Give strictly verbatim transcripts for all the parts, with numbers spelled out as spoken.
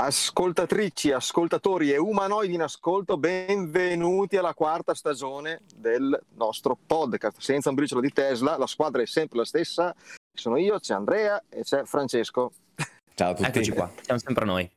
Ascoltatrici, ascoltatori e umanoidi in ascolto, benvenuti alla quarta stagione del nostro podcast Senza un briciolo di Tesla. La squadra è sempre la stessa, sono io, c'è Andrea e c'è Francesco. Ciao a tutti. Eccoci qua, siamo sempre noi.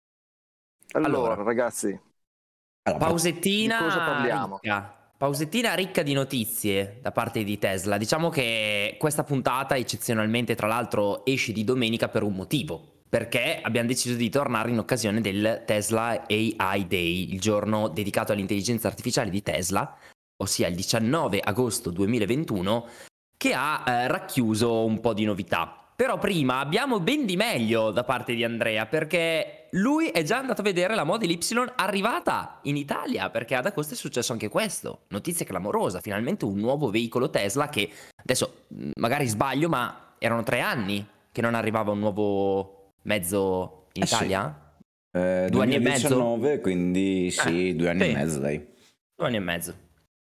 Allora, Allora, ragazzi, Allora, pausettina di cosa parliamo? ricca, pausettina ricca di notizie da parte di Tesla. Diciamo che questa puntata eccezionalmente, tra l'altro, esce di domenica per un motivo. Perché abbiamo deciso di tornare in occasione del Tesla A I Day, il giorno dedicato all'intelligenza artificiale di Tesla, ossia il diciannove agosto duemilaventuno, che ha eh, racchiuso un po' di novità. Però prima abbiamo ben di meglio da parte di Andrea, perché lui è già andato a vedere la Model Y arrivata in Italia, perché ad agosto è successo anche questo. Notizia clamorosa, finalmente un nuovo veicolo Tesla che, adesso magari sbaglio, ma erano tre anni che non arrivava un nuovo mezzo in Eh sì. Italia? eh, Due anni e mezzo? duemiladiciannove, quindi sì, Eh, due anni sì. e mezzo, dai. Due anni e mezzo.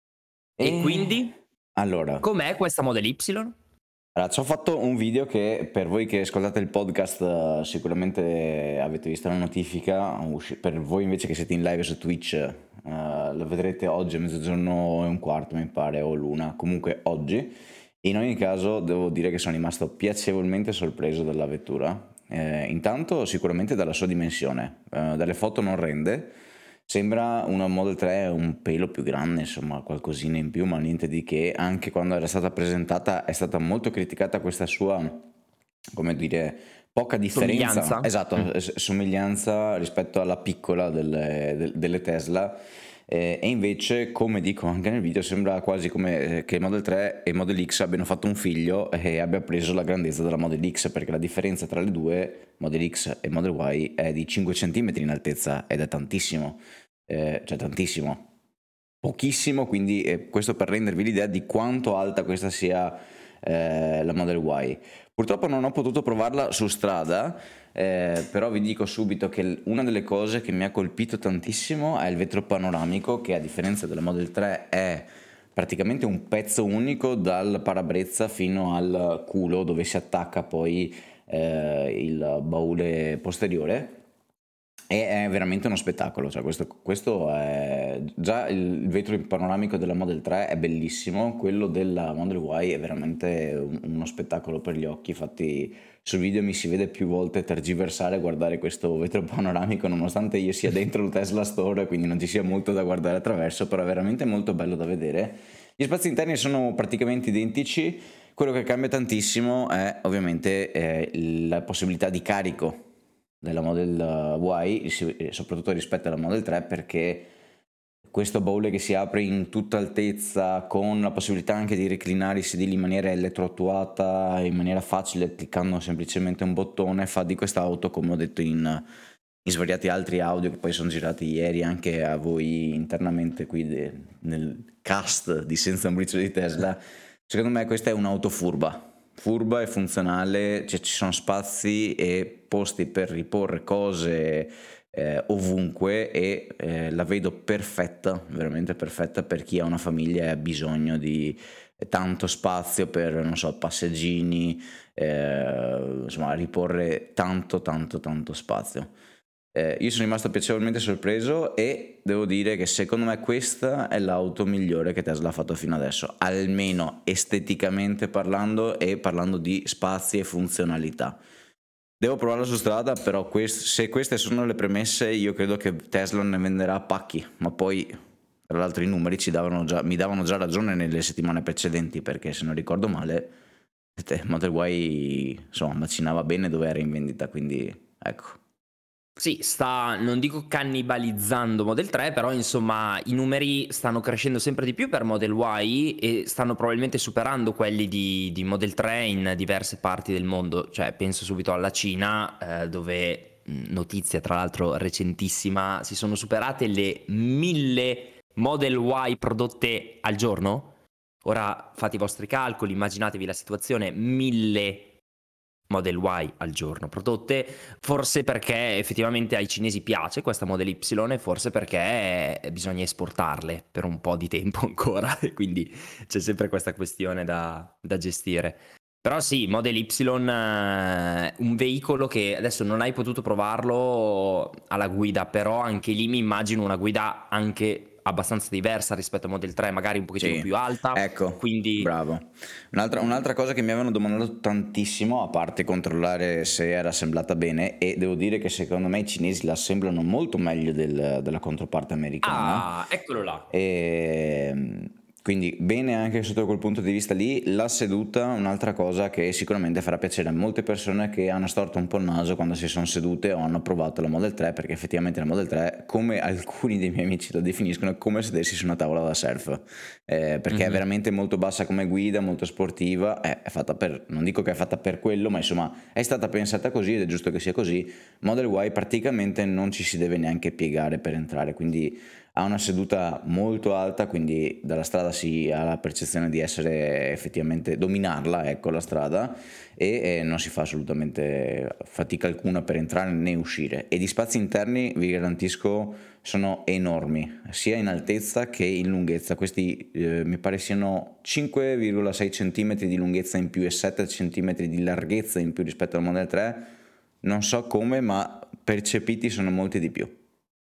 E, quindi? Allora, Com'è questa Model Y? allora, ci ho fatto un video che per voi che ascoltate il podcast eh, sicuramente avete visto la notifica, usci- per voi invece che siete in live su Twitch eh, lo vedrete oggi a mezzogiorno e un quarto mi pare, o l'una, comunque oggi. In ogni caso devo dire che sono rimasto piacevolmente sorpreso dalla vettura. Eh, intanto sicuramente dalla sua dimensione, eh, dalle foto non rende, sembra una Model tre un pelo più grande, insomma qualcosina in più, ma niente di che. Anche quando era stata presentata è stata molto criticata questa sua, come dire, poca differenza, Somiglianza? esatto, Mm. s- somiglianza rispetto alla piccola delle, del- delle Tesla. Eh, e invece, come dico anche nel video, sembra quasi come eh, che Model tre e Model X abbiano fatto un figlio e abbia preso la grandezza della Model X, perché la differenza tra le due, Model X e Model Y, è di cinque centimetri in altezza ed è tantissimo, eh, cioè tantissimo, pochissimo, quindi eh, questo per rendervi l'idea di quanto alta questa sia eh, la Model Y. Purtroppo non ho potuto provarla su strada, eh, però vi dico subito che l- una delle cose che mi ha colpito tantissimo è il vetro panoramico, che a differenza della Model tre è praticamente un pezzo unico dal parabrezza fino al culo, dove si attacca poi eh, il baule posteriore. E è veramente uno spettacolo, cioè questo, questo è già il vetro panoramico della Model tre è bellissimo, quello della Model Y è veramente un- uno spettacolo per gli occhi. Infatti sul video mi si vede più volte tergiversare a guardare questo vetro panoramico, nonostante io sia dentro il Tesla Store, quindi non ci sia molto da guardare attraverso, però è veramente molto bello da vedere. Gli spazi interni sono praticamente identici, quello che cambia tantissimo è ovviamente eh, la possibilità di carico della Model Y, si- soprattutto rispetto alla Model tre, perché questo baule che si apre in tutta altezza, con la possibilità anche di reclinare i sedili in maniera elettroattuata, in maniera facile, cliccando semplicemente un bottone, fa di questa auto, come ho detto in, in svariati altri audio che poi sono girati ieri anche a voi internamente qui de- nel cast di Senza un briciolo di Tesla. Secondo me questa è un'auto furba, furba e funzionale, cioè ci sono spazi e posti per riporre cose eh, ovunque, e eh, la vedo perfetta, veramente perfetta per chi ha una famiglia e ha bisogno di tanto spazio per, non so, passeggini, eh, insomma riporre tanto tanto tanto spazio. Eh, io sono rimasto piacevolmente sorpreso e devo dire che secondo me questa è l'auto migliore che Tesla ha fatto fino adesso, almeno esteticamente parlando e parlando di spazi e funzionalità. Devo provarla su strada, però quest- se queste sono le premesse, io credo che Tesla ne venderà pacchi, ma poi tra l'altro i numeri ci davano già, mi davano già ragione nelle settimane precedenti, perché se non ricordo male te- Model Y insomma macinava bene dove era in vendita, quindi ecco. Sì, sta, non dico cannibalizzando Model tre, però insomma i numeri stanno crescendo sempre di più per Model Y e stanno probabilmente superando quelli di, di Model tre in diverse parti del mondo. Cioè penso subito alla Cina, eh, dove, mh, notizia tra l'altro recentissima, si sono superate le mille Model Y prodotte al giorno. Ora fate i vostri calcoli, immaginatevi la situazione, mille Model Y al giorno prodotte, forse perché effettivamente ai cinesi piace questa Model Y e forse perché bisogna esportarle per un po' di tempo ancora e quindi c'è sempre questa questione da, da gestire. Però sì, Model Y, eh, un veicolo che adesso non hai potuto provarlo alla guida, però anche lì mi immagino una guida anche abbastanza diversa rispetto a Model tre, magari un pochettino Sì, più alta, ecco, quindi bravo. Un'altra, un'altra cosa che mi avevano domandato tantissimo, a parte controllare se era assemblata bene, e devo dire che secondo me i cinesi la assemblano molto meglio del- della controparte americana. ah, eccolo là. E quindi bene anche sotto quel punto di vista lì. La seduta, un'altra cosa che sicuramente farà piacere a molte persone che hanno storto un po' il naso quando si sono sedute o hanno provato la Model tre, perché effettivamente la Model tre, come alcuni dei miei amici la definiscono, è come sedersi su una tavola da surf, eh, perché è Mhm. veramente molto bassa come guida, molto sportiva, è, è fatta per, non dico che è fatta per quello, ma insomma è stata pensata così ed è giusto che sia così. Model Y praticamente non ci si deve neanche piegare per entrare, quindi ha una seduta molto alta, quindi dalla strada si ha la percezione di essere effettivamente dominarla, ecco, la strada, e, e non si fa assolutamente fatica alcuna per entrare né uscire. E di spazi interni vi garantisco sono enormi, sia in altezza che in lunghezza. Questi eh, mi pare siano cinque virgola sei cm di lunghezza in più e sette cm di larghezza in più rispetto al Model tre. Non so come, ma percepiti sono molti di più.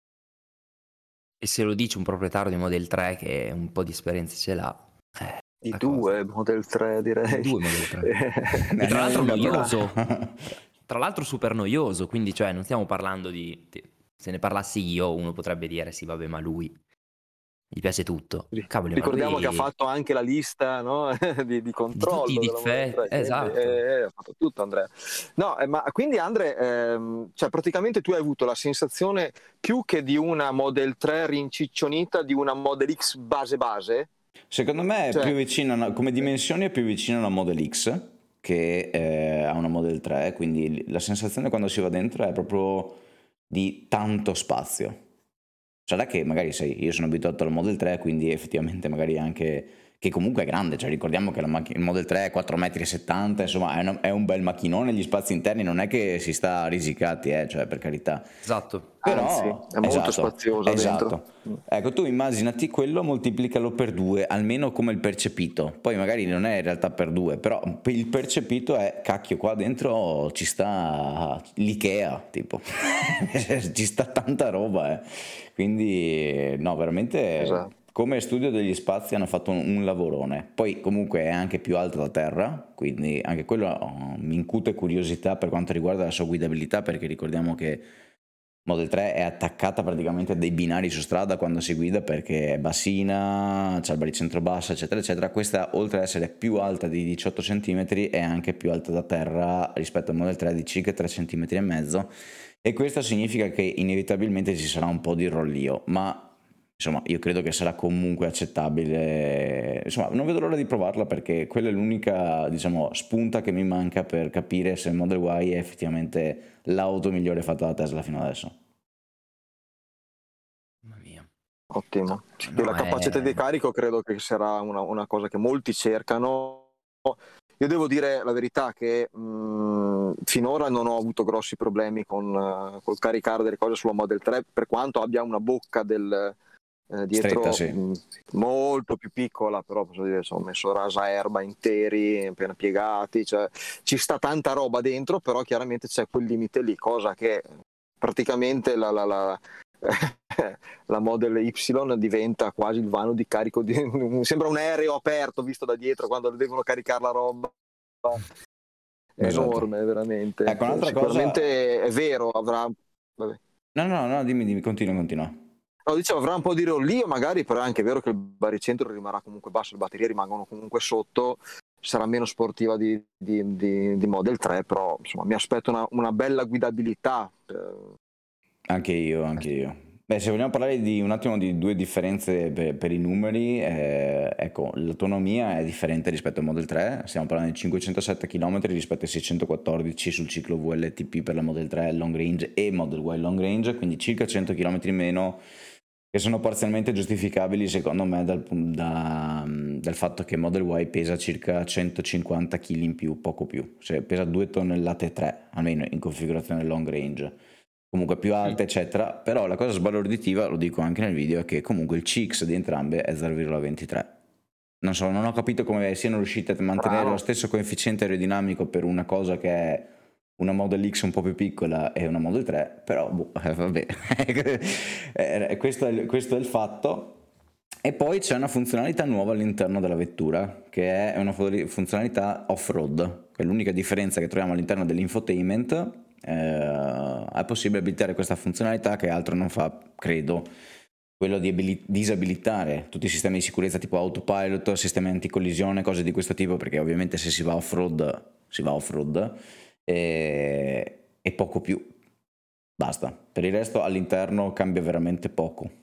E se lo dice un proprietario di Model tre che un po' di esperienza ce l'ha, eh, I la due cosa. Model tre I direi. due Model tre. E Ne tra ne ho l'altro una, però. noioso. Tra l'altro super noioso, quindi cioè non stiamo parlando di... di- Se ne parlassi io, uno potrebbe dire sì, vabbè, ma lui gli piace tutto. Ri- Cavoli, ma Ricordiamo che ha lui fatto anche la lista, no? di, di di tutti i controllo della Model difetti, tre, quindi esatto. eh, ha fatto tutto Andrea. No, eh, ma quindi Andre, ehm, cioè praticamente tu hai avuto la sensazione più che di una Model tre rinciccionita, di una Model X base base? Secondo me è più Cioè, vicino, a una- come dimensioni è più vicino a una Model X che eh, a una Model tre, quindi la sensazione quando si va dentro è proprio di tanto spazio. Sarà che magari sai, io sono abituato alla Model tre, quindi effettivamente magari anche che comunque è grande, cioè ricordiamo che la macch- il Model tre è quattro virgola settanta metri, insomma è, una- è un bel macchinone, gli spazi interni non è che si sta risicati, eh, cioè per carità. Esatto. anzi, Però, è molto esatto, spaziosa dentro. esatto. Ecco, tu immaginati quello, moltiplicalo per due, almeno come il percepito. Poi magari non è in realtà per due, però il percepito è, cacchio, qua dentro ci sta l'Ikea, tipo. Ci sta tanta roba, eh. Quindi, no, veramente Esatto. come studio degli spazi hanno fatto un, un lavorone. Poi comunque è anche più alta da terra, quindi anche quello oh, mi incute curiosità per quanto riguarda la sua guidabilità, perché ricordiamo che Model tre è attaccata praticamente a dei binari su strada quando si guida, perché è bassina, c'è il baricentro basso, eccetera, eccetera. Questa, oltre ad essere più alta di diciotto centimetri, è anche più alta da terra rispetto al Model tre di circa tre centimetri e mezzo. E questo significa che inevitabilmente ci sarà un po' di rollio, ma insomma io credo che sarà comunque accettabile. Insomma, non vedo l'ora di provarla, perché quella è l'unica, diciamo, spunta che mi manca per capire se il Model Y è effettivamente l'auto migliore fatta da Tesla fino adesso. Mamma mia. Ottimo. Sì, No, la capacità è... di carico credo che sarà una, una cosa che molti cercano. Io devo dire la verità che mh, finora non ho avuto grossi problemi con uh, col caricare delle cose sulla Model tre, per quanto abbia una bocca del, eh, Stretta, dietro sì. mh, molto più piccola, però posso dire, ho messo rasa erba interi, appena piegati, cioè, ci sta tanta roba dentro, però chiaramente c'è quel limite lì, cosa che praticamente la, la, la la Model Y diventa quasi il vano di carico di... sembra un aereo aperto visto da dietro quando devono caricare la roba, è Esatto. enorme veramente. Ecco, un'altra cosa... Sicuramente è vero, avrà, vabbè. No, no, no, dimmi, dimmi, continua, continua. No, dicevo, avrà un po' di rollio magari, però è anche vero che il baricentro rimarrà comunque basso, le batterie rimangono comunque sotto, sarà meno sportiva di, di, di, di Model tre, però insomma mi aspetto una, una bella guidabilità. eh, Anche io, anche io. Beh, se vogliamo parlare di un attimo di due differenze per, per i numeri, eh, ecco, l'autonomia è differente rispetto al Model tre, stiamo parlando di cinquecentosette chilometri rispetto ai seicentoquattordici sul ciclo V L T P per la Model tre long range e Model Y long range, quindi circa cento chilometri in meno, che sono parzialmente giustificabili secondo me dal, da- dal fatto che Model Y pesa circa centocinquanta chili in più, poco più, cioè pesa due tonnellate e tre, almeno in configurazione long range, comunque più alte eccetera. Però la cosa sbalorditiva, lo dico anche nel video, è che comunque il C X di entrambe è zero virgola ventitré. non so, non ho capito come siano riusciti a mantenere Bravo. lo stesso coefficiente aerodinamico per una cosa che è una Model X un po' più piccola e una Model tre, però boh, eh, vabbè, Eh, questo, è, il- questo è il fatto. E poi c'è una funzionalità nuova all'interno della vettura, che è una fu- funzionalità off-road, che è l'unica differenza che troviamo all'interno dell'infotainment. Eh, è possibile abilitare questa funzionalità che altro non fa, credo, quello di abili- disabilitare tutti i sistemi di sicurezza tipo autopilot, sistemi anticollisione, cose di questo tipo, perché ovviamente se si va off-road, si va off-road e, e poco più. Basta. Per il resto all'interno cambia veramente poco.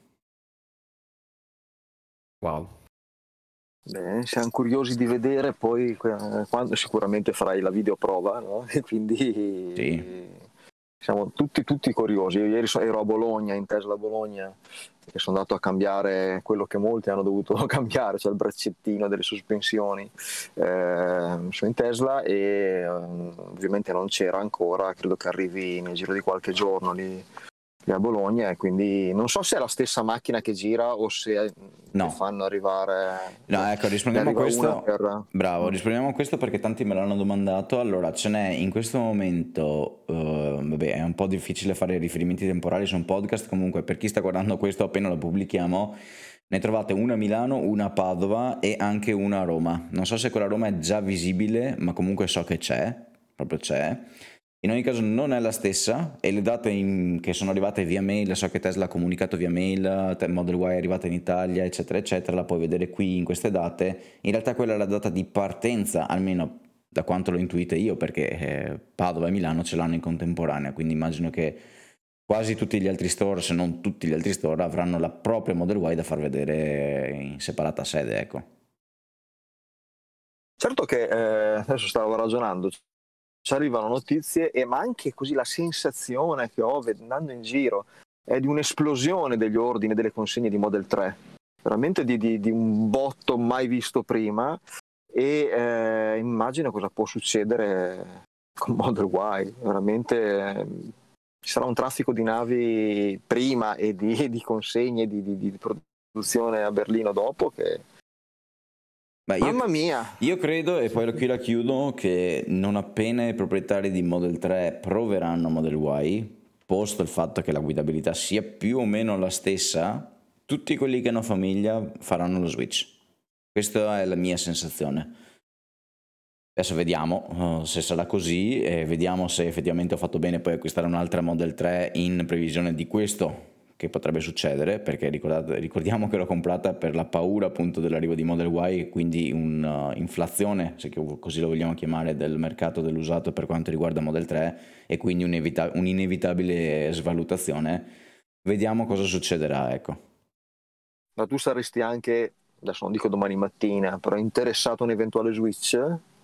Wow. Beh, siamo curiosi di vedere poi eh, quando sicuramente farai la videoprova, no? E Sì. quindi siamo tutti, tutti curiosi. Io ieri so- ero a Bologna, in Tesla a Bologna, e sono andato a cambiare quello che molti hanno dovuto cambiare, cioè il braccettino delle sospensioni. Eh, sono in Tesla e eh, ovviamente non c'era ancora, credo che arrivi nel giro di qualche giorno lì, lì a Bologna, e quindi non so se è la stessa macchina che gira o se No. ne fanno arrivare, No, ne ecco, rispondiamo a arriva una questo. per... Bravo, rispondiamo a questo perché tanti me l'hanno domandato. Allora, ce n'è in questo momento, eh, vabbè, è un po' difficile fare riferimenti temporali su un podcast, comunque per chi sta guardando questo appena lo pubblichiamo, ne trovate una a Milano, una a Padova e anche una a Roma. Non so se quella a Roma è già visibile, ma comunque so che c'è, proprio c'è. In ogni caso non è la stessa e le date in- che sono arrivate via mail, so che Tesla ha comunicato via mail, te- Model Y è arrivata in Italia, eccetera, eccetera, la puoi vedere qui in queste date. In realtà quella è la data di partenza, almeno da quanto l'ho intuita io, perché eh, Padova e Milano ce l'hanno in contemporanea, quindi immagino che quasi tutti gli altri store, se non tutti gli altri store, avranno la propria Model Y da far vedere in separata sede, ecco. Certo che eh, adesso stavo ragionando, ci arrivano notizie, e ma anche così la sensazione che ho ved- andando in giro è di un'esplosione degli ordini e delle consegne di Model tre, veramente di, di- di un botto mai visto prima, e eh, immagino cosa può succedere con Model Y, veramente eh, ci sarà un traffico di navi prima e di, di consegne, di, di, di produzione a Berlino dopo, che Beh, io, mamma mia. io credo, e poi qui la chiudo, che non appena i proprietari di Model tre proveranno Model Y, posto il fatto che la guidabilità sia più o meno la stessa, tutti quelli che hanno famiglia faranno lo switch. Questa è la mia sensazione. Adesso vediamo uh, se sarà così e vediamo se effettivamente ho fatto bene poi acquistare un'altra Model tre in previsione di questo che potrebbe succedere, perché ricordate, ricordiamo che l'ho comprata per la paura appunto dell'arrivo di Model Y e quindi un'inflazione, se così lo vogliamo chiamare, del mercato dell'usato per quanto riguarda Model tre e quindi un'evita- un'inevitabile svalutazione. Vediamo cosa succederà, ecco. Ma tu saresti anche, adesso non dico domani mattina, però interessato a un eventuale switch?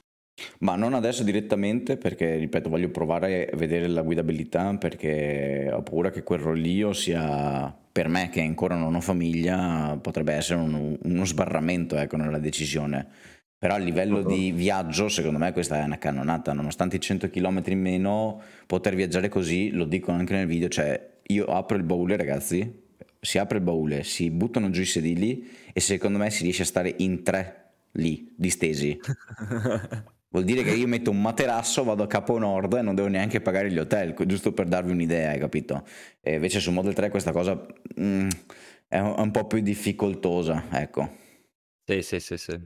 Ma non adesso direttamente perché, ripeto, voglio provare a vedere la guidabilità perché ho paura che quel rollio sia, per me che ancora non ho famiglia, potrebbe essere un- uno sbarramento, ecco, nella decisione. Però a livello Uh-uh. di viaggio, secondo me questa è una cannonata, nonostante i cento chilometri in meno, poter viaggiare così, lo dico anche nel video, cioè io apro il baule ragazzi, si apre il baule, si buttano giù i sedili e secondo me si riesce a stare in tre lì, distesi. Vuol dire che io metto un materasso, vado a Capo Nord e non devo neanche pagare gli hotel, giusto per darvi un'idea, hai capito? E invece su Model tre questa cosa mm, è un, è un po' più difficoltosa, ecco. Sì, sì, sì, sì.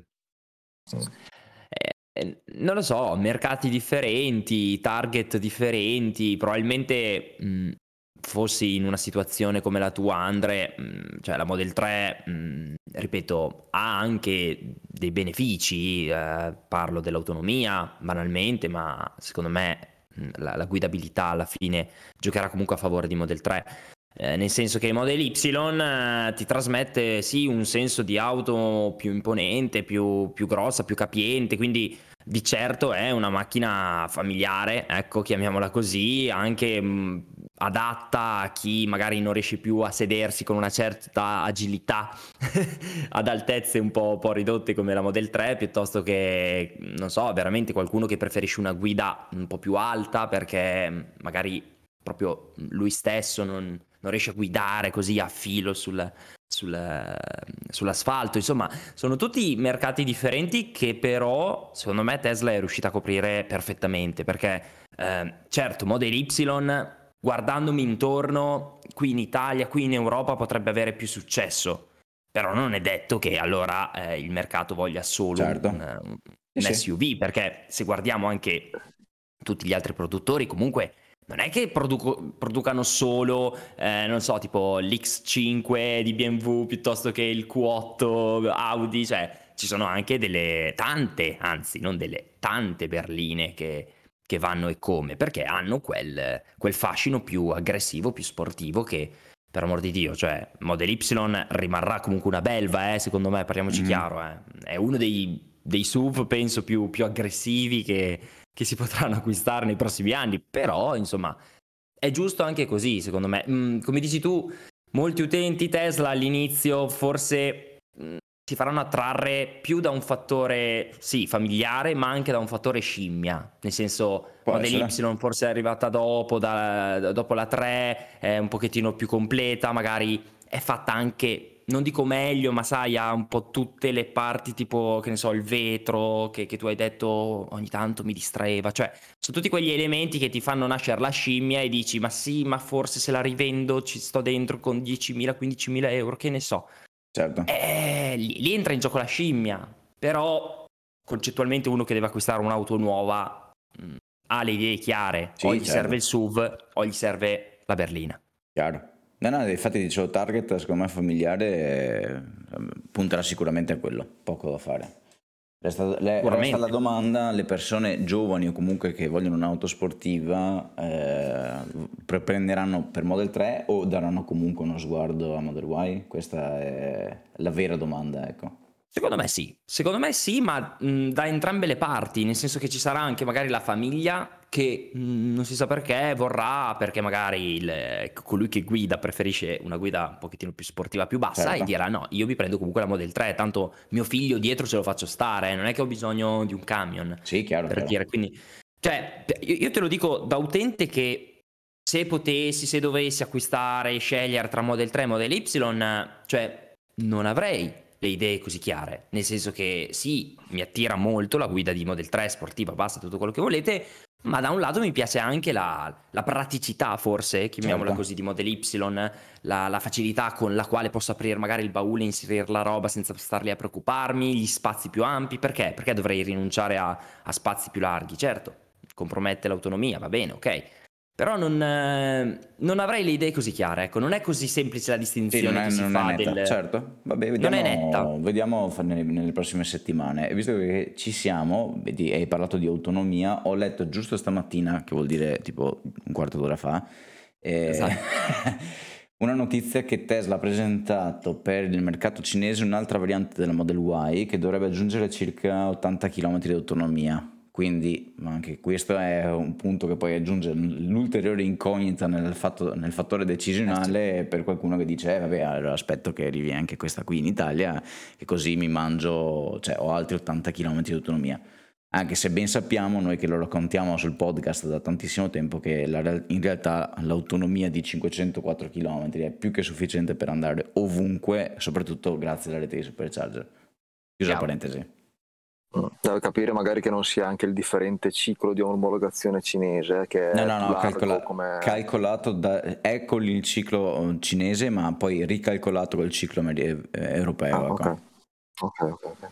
Eh, eh, non lo so, mercati differenti, target differenti, probabilmente mh, fossi in una situazione come la tua, Andre, mh, cioè la Model tre, mh, ripeto, ha anche dei benefici, eh, parlo dell'autonomia banalmente, ma secondo me mh, la, la guidabilità alla fine giocherà comunque a favore di Model tre. Eh, nel senso che il Model Y eh, ti trasmette sì un senso di auto più imponente, più, più grossa, più capiente, quindi di certo è una macchina familiare, ecco, chiamiamola così, anche mh, adatta a chi magari non riesce più a sedersi con una certa agilità ad altezze un po', un po' ridotte come la Model tre, piuttosto che, non so, veramente qualcuno che preferisce una guida un po' più alta perché magari proprio lui stesso non non riesci a guidare così a filo sul, sul, sull'asfalto. Insomma, sono tutti mercati differenti che però secondo me Tesla è riuscita a coprire perfettamente, perché eh, certo Model Y, guardandomi intorno qui in Italia, qui in Europa, potrebbe avere più successo, però non è detto che allora eh, il mercato voglia solo Certo. un, un Sì, S U V, perché se guardiamo anche tutti gli altri produttori, comunque non è che produco- producano solo, eh, non so, tipo l'X cinque di B M W piuttosto che il Q otto Audi, cioè ci sono anche delle tante, anzi non delle tante berline che, che vanno e come, perché hanno quel, quel fascino più aggressivo, più sportivo che, per amor di Dio, cioè Model Y rimarrà comunque una belva, eh, secondo me, parliamoci Mhm. chiaro, eh. È uno dei, dei S U V, penso, più, più aggressivi che, che si potranno acquistare nei prossimi anni, però insomma è giusto anche così, secondo me. Mm, come dici tu, molti utenti Tesla all'inizio forse mm, si faranno attrarre più da un fattore, sì, familiare, ma anche da un fattore scimmia, nel senso Può Model Y essere. forse è arrivata dopo, da- dopo la tre, è un pochettino più completa, magari è fatta anche, non dico meglio, ma sai, ha un po' tutte le parti, tipo, che ne so, il vetro, che, che tu hai detto ogni tanto mi distraeva, cioè sono tutti quegli elementi che ti fanno nascere la scimmia e dici, ma sì, ma forse se la rivendo ci sto dentro con diecimila, quindicimila euro, che ne so. Certo. Eh, lì, lì entra in gioco la scimmia, però concettualmente uno che deve acquistare un'auto nuova mh, ha le idee chiare, o Sì, gli certo. serve il S U V o gli serve la berlina. Chiaro. No, no, infatti dicevo target, secondo me familiare, eh, punterà sicuramente a quello, poco da fare. Resta, le- resta la Sicuramente. domanda, le persone giovani o comunque che vogliono un'auto sportiva eh, pre- prenderanno per Model tre o daranno comunque uno sguardo a Model Y? Questa è la vera domanda, ecco. Secondo me sì, secondo me sì, ma mh, da entrambe le parti, nel senso che ci sarà anche magari la famiglia che mh, non si sa perché vorrà, perché magari il- colui che guida preferisce una guida un pochettino più sportiva, più bassa, Certo. e dirà no, io mi prendo comunque la Model tre, tanto mio figlio dietro ce lo faccio stare, non è che ho bisogno di un camion, Sì, chiaro, per chiaro. dire. Quindi, cioè, io io te lo dico da utente che se potessi, se dovessi acquistare e scegliere tra Model tre e Model Y, cioè non avrei le idee così chiare, nel senso che sì, mi attira molto la guida di Model tre sportiva, basta tutto quello che volete, ma da un lato mi piace anche la, la praticità, forse, chiamiamola Certo. così, di Model Y, la, la facilità con la quale posso aprire magari il baule e inserire la roba senza star lì a preoccuparmi, gli spazi più ampi, perché? Perché dovrei rinunciare a, a spazi più larghi? Certo, compromette l'autonomia, va bene, ok. Però non, eh, non avrei le idee così chiare, ecco, non è così semplice la Sì, non distinzione è, che si non è fa netta, del... certo. Vabbè, Non è vediamo, netta. vediamo fa- nelle, nelle prossime settimane. E visto che ci siamo, vedi, hai parlato di autonomia, ho letto giusto stamattina, che vuol dire tipo un quarto d'ora fa, eh, Esatto. una notizia che Tesla ha presentato per il mercato cinese un'altra variante della Model Y che dovrebbe aggiungere circa ottanta chilometri di autonomia. Quindi ma anche questo è un punto che poi aggiunge l'ulteriore incognita nel, fatto, nel fattore decisionale per qualcuno che dice eh, vabbè, allora aspetto che arrivi anche questa qui in Italia e così mi mangio, cioè ho altri ottanta chilometri di autonomia. Anche se ben sappiamo noi che lo raccontiamo sul podcast da tantissimo tempo che la, in realtà l'autonomia di cinquecentoquattro chilometri è più che sufficiente per andare ovunque, soprattutto grazie alla rete di supercharger. Chiusa la Chiaro. parentesi. Deve capire magari che non sia anche il differente ciclo di omologazione cinese, che No, è no, più no, largo calcola- come... calcolato da, è con il ciclo cinese, ma poi ricalcolato col ciclo ameri- eh, europeo. Ah, Ecco. ok. Ok, ok, ok.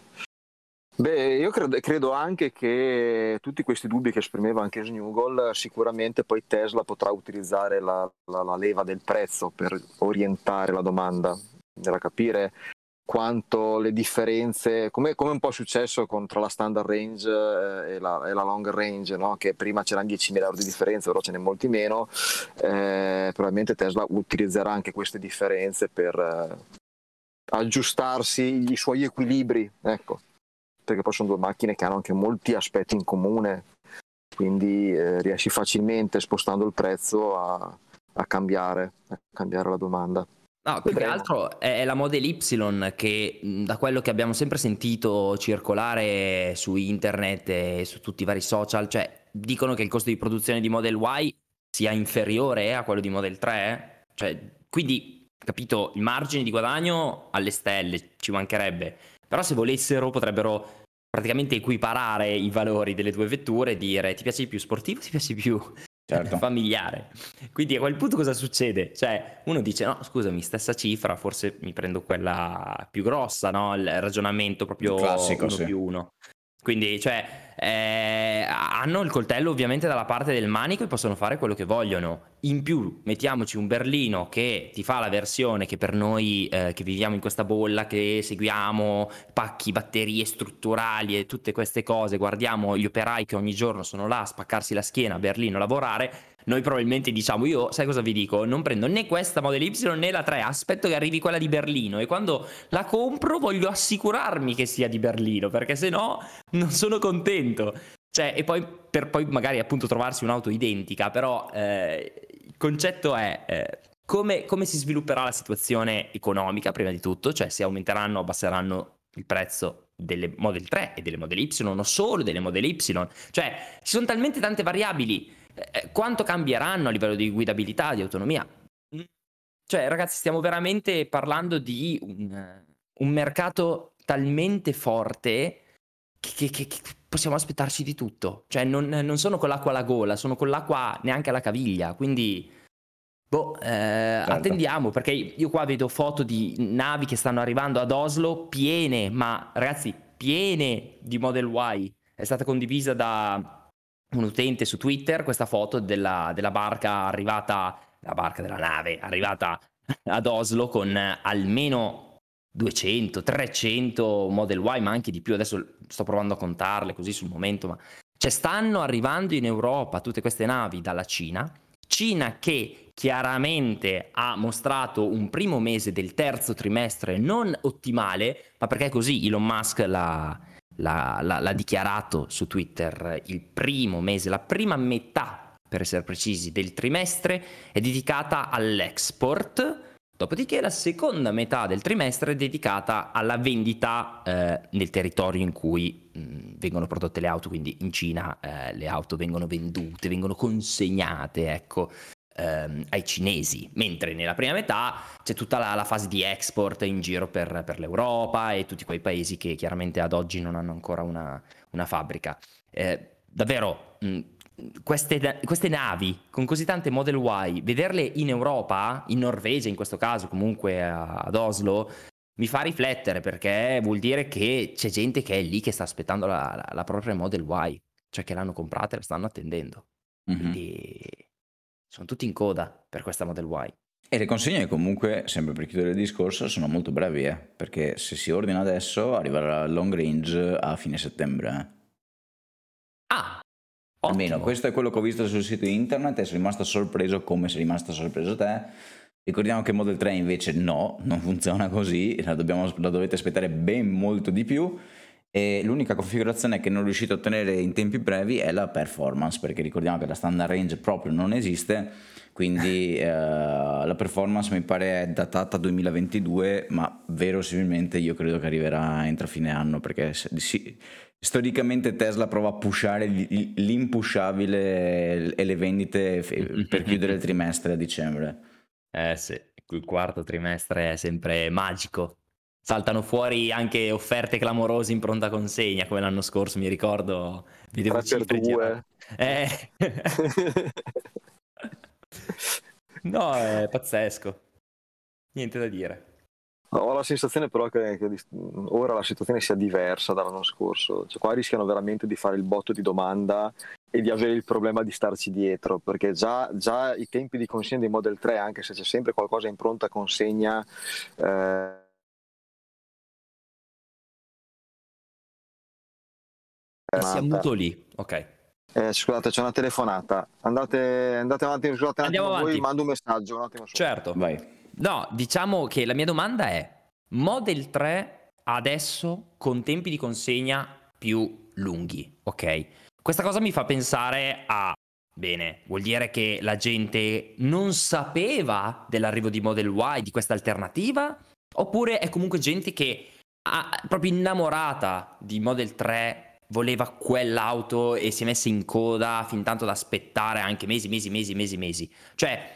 Beh, io credo, credo anche che tutti questi dubbi che esprimeva anche Snugol, sicuramente poi Tesla potrà utilizzare la, la- la leva del prezzo per orientare la domanda, da capire quanto le differenze, come, come un po' è successo con, tra la standard range eh, e, la, e la long range, no? Che prima c'erano diecimila euro di differenza, ora ce n'è molti meno, eh, probabilmente Tesla utilizzerà anche queste differenze per eh, aggiustarsi i suoi equilibri, ecco, perché poi sono due macchine che hanno anche molti aspetti in comune, quindi eh, riesci facilmente spostando il prezzo a, a cambiare, a cambiare la domanda. No, più che Vedremo. altro è è la Model Y che, mh, da quello che abbiamo sempre sentito circolare su internet e su tutti i vari social, cioè dicono che il costo di produzione di Model Y sia inferiore a quello di Model tre, Cioè, quindi, capito, il margine di guadagno alle stelle, ci mancherebbe. Però se volessero potrebbero praticamente equiparare i valori delle due vetture e dire ti piace di più sportivo, ti piace di più Certo. familiare. Quindi a quel punto cosa succede? Cioè uno dice no scusami, stessa cifra, forse mi prendo quella più grossa, no? Il ragionamento proprio Classico, uno sì. più uno. Quindi cioè eh, hanno il coltello ovviamente dalla parte del manico e possono fare quello che vogliono. In più mettiamoci un Berlino che ti fa la versione che per noi eh, che viviamo in questa bolla, che seguiamo pacchi, batterie strutturali e tutte queste cose, guardiamo gli operai che ogni giorno sono là a spaccarsi la schiena a Berlino a lavorare, noi probabilmente diciamo io, sai cosa vi dico? Non prendo né questa Model Y né la tre, aspetto che arrivi quella di Berlino e quando la compro voglio assicurarmi che sia di Berlino, perché se no non sono contento. Cioè, e poi per poi magari appunto trovarsi un'auto identica, però eh, il concetto è eh, come, come si svilupperà la situazione economica prima di tutto, cioè se aumenteranno o abbasseranno il prezzo delle Model tre e delle Model Y o solo delle Model Y, cioè ci sono talmente tante variabili, eh, quanto cambieranno a livello di guidabilità, di autonomia? Cioè ragazzi, stiamo veramente parlando di un, un mercato talmente forte che, che, che possiamo aspettarci di tutto. Cioè non, non sono con l'acqua alla gola, sono con l'acqua neanche alla caviglia, quindi boh, eh, attendiamo, perché io qua vedo foto di navi che stanno arrivando ad Oslo piene, ma ragazzi piene di Model Y. È stata condivisa da un utente su Twitter questa foto della, della barca arrivata, la barca della nave arrivata ad Oslo con almeno duecento, trecento Model Y, ma anche di più. Adesso sto provando a contarle così sul momento, ma cioè stanno arrivando in Europa tutte queste navi dalla Cina. Cina che chiaramente ha mostrato un primo mese del terzo trimestre non ottimale, ma perché così Elon Musk l'ha, l'ha, l'ha, l'ha dichiarato su Twitter. Il primo mese, la prima metà per essere precisi del trimestre è dedicata all'export. Dopodiché la seconda metà del trimestre è dedicata alla vendita eh, nel territorio in cui mh, vengono prodotte le auto, quindi in Cina eh, le auto vengono vendute, vengono consegnate, ecco, ehm, ai cinesi, mentre nella prima metà c'è tutta la, la fase di export in giro per, per l'Europa e tutti quei paesi che chiaramente ad oggi non hanno ancora una, una fabbrica. Eh, davvero... Mh, Queste, queste navi con così tante Model Y, vederle in Europa, in Norvegia in questo caso, comunque ad Oslo, mi fa riflettere, perché vuol dire che c'è gente che è lì che sta aspettando la, la, la propria Model Y, cioè che l'hanno comprata e la stanno attendendo. Mm-hmm. Quindi sono tutti in coda per questa Model Y. E le consegne comunque, sempre per chiudere il discorso, sono molto brevi, eh? Perché se si ordina adesso arriverà al long range a fine settembre. Eh? Ah! Almeno Ottimo. Questo è quello che ho visto sul sito internet e sono rimasto sorpreso come sei rimasto sorpreso te. Ricordiamo che Model tre invece no, non funziona così, la, dobbiamo, la dovete aspettare ben molto di più e l'unica configurazione che non riuscite a ottenere in tempi brevi è la performance, perché ricordiamo che la standard range proprio non esiste, quindi eh, la performance mi pare è datata duemilaventidue, ma verosimilmente io credo che arriverà entro fine anno, perché sì, storicamente Tesla prova a pushare l'impushabile e le vendite per chiudere il trimestre a dicembre. Eh sì, il quarto trimestre è sempre magico. Saltano fuori anche offerte clamorose in pronta consegna, come l'anno scorso, mi ricordo. Vedevo cifre girate. Eh. No, è pazzesco. Niente da dire. Ho la sensazione però che, che ora la situazione sia diversa dall'anno scorso, cioè qua rischiano veramente di fare il botto di domanda e di avere il problema di starci dietro, perché già, già i tempi di consegna dei Model tre, anche se c'è sempre qualcosa in pronta consegna, eh, si è muto lì, ok. Eh, scusate, c'è una telefonata. Andate, andate avanti, scusate, andiamo avanti. Voi mando un messaggio un attimo solo. Certo. Vai. No, diciamo che la mia domanda è: Model tre adesso con tempi di consegna più lunghi, ok? Questa cosa mi fa pensare a, bene, vuol dire che la gente non sapeva dell'arrivo di Model Y, di questa alternativa? Oppure è comunque gente che ha proprio innamorata di Model tre, voleva quell'auto e si è messa in coda fin tanto da aspettare anche mesi, mesi, mesi, mesi, mesi? Cioè,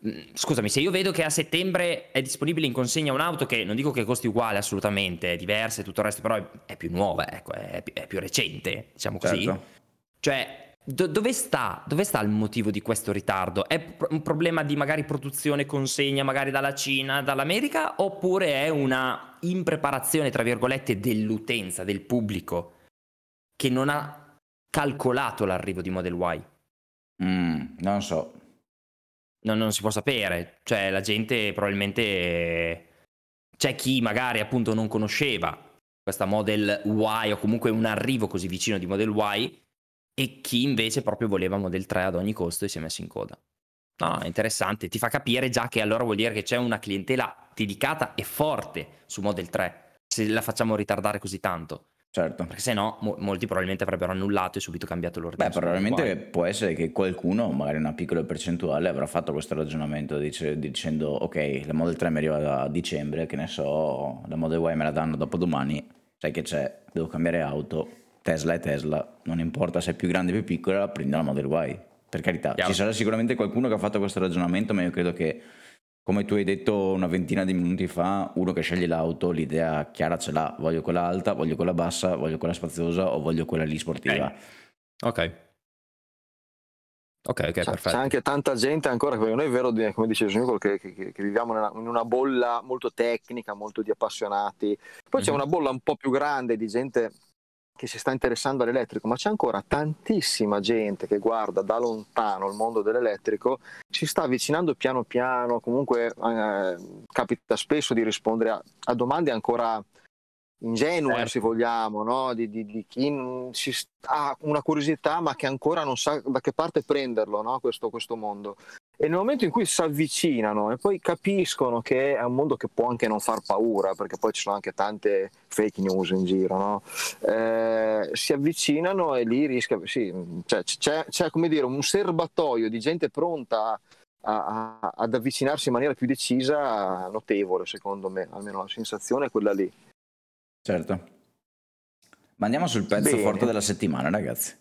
Scusami, se io vedo che a settembre è disponibile in consegna un'auto che non dico che costi uguale assolutamente, è diversa e tutto il resto, però è, è più nuova, ecco, è, più- è più recente, diciamo così. Certo. Cioè, do- dove sta, dove sta il motivo di questo ritardo? È pro- un problema di magari produzione, consegna, magari dalla Cina, dall'America, oppure è una impreparazione, tra virgolette, dell'utenza, del pubblico, che non ha calcolato l'arrivo di Model Y? Mm, non so. Non, non si può sapere, cioè la gente probabilmente, c'è chi magari appunto non conosceva questa Model Y o comunque un arrivo così vicino di Model Y, e chi invece proprio voleva Model tre ad ogni costo e si è messo in coda. No, è interessante, ti fa capire già che allora vuol dire che c'è una clientela dedicata e forte su Model tre, se la facciamo ritardare così tanto. Certo. Perché se no mo- molti probabilmente avrebbero annullato e subito cambiato l'ordine. Beh, su Model probabilmente Y. può essere che qualcuno, magari una piccola percentuale, avrà fatto questo ragionamento dice- dicendo ok, la Model tre mi arriva a dicembre, che ne so, la Model Y me la danno dopo domani, sai che c'è, devo cambiare auto, Tesla è Tesla, non importa se è più grande o più piccola, prendo la Model Y. Per carità, Chiaro. ci sarà sicuramente qualcuno che ha fatto questo ragionamento, ma io credo che, come tu hai detto una ventina di minuti fa, uno che sceglie l'auto, l'idea chiara ce l'ha, voglio quella alta, voglio quella bassa, voglio quella spaziosa o voglio quella lì sportiva. Ok. Ok, ok, C'è, perfetto. c'è anche tanta gente ancora, perché non è vero, di- come dice Snoop, che, che, che viviamo nella- in una bolla molto tecnica, molto di appassionati. Poi c'è Mhm. una bolla un po' più grande di gente che si sta interessando all'elettrico, ma c'è ancora tantissima gente che guarda da lontano il mondo dell'elettrico, si sta avvicinando piano piano, comunque eh, capita spesso di rispondere a, a domande ancora ingenue, Certo. se vogliamo, no? di, di, di chi mm, si st- ha una curiosità ma che ancora non sa da che parte prenderlo, no? questo, questo mondo. E nel momento in cui si avvicinano e poi capiscono che è un mondo che può anche non far paura, perché poi ci sono anche tante fake news in giro, no? Eh, si avvicinano e lì rischia, sì, cioè, c'è, c'è come dire un serbatoio di gente pronta a, a, ad avvicinarsi in maniera più decisa, notevole secondo me, almeno la sensazione è quella lì. Certo. Ma andiamo sul pezzo Bene. forte della settimana, ragazzi.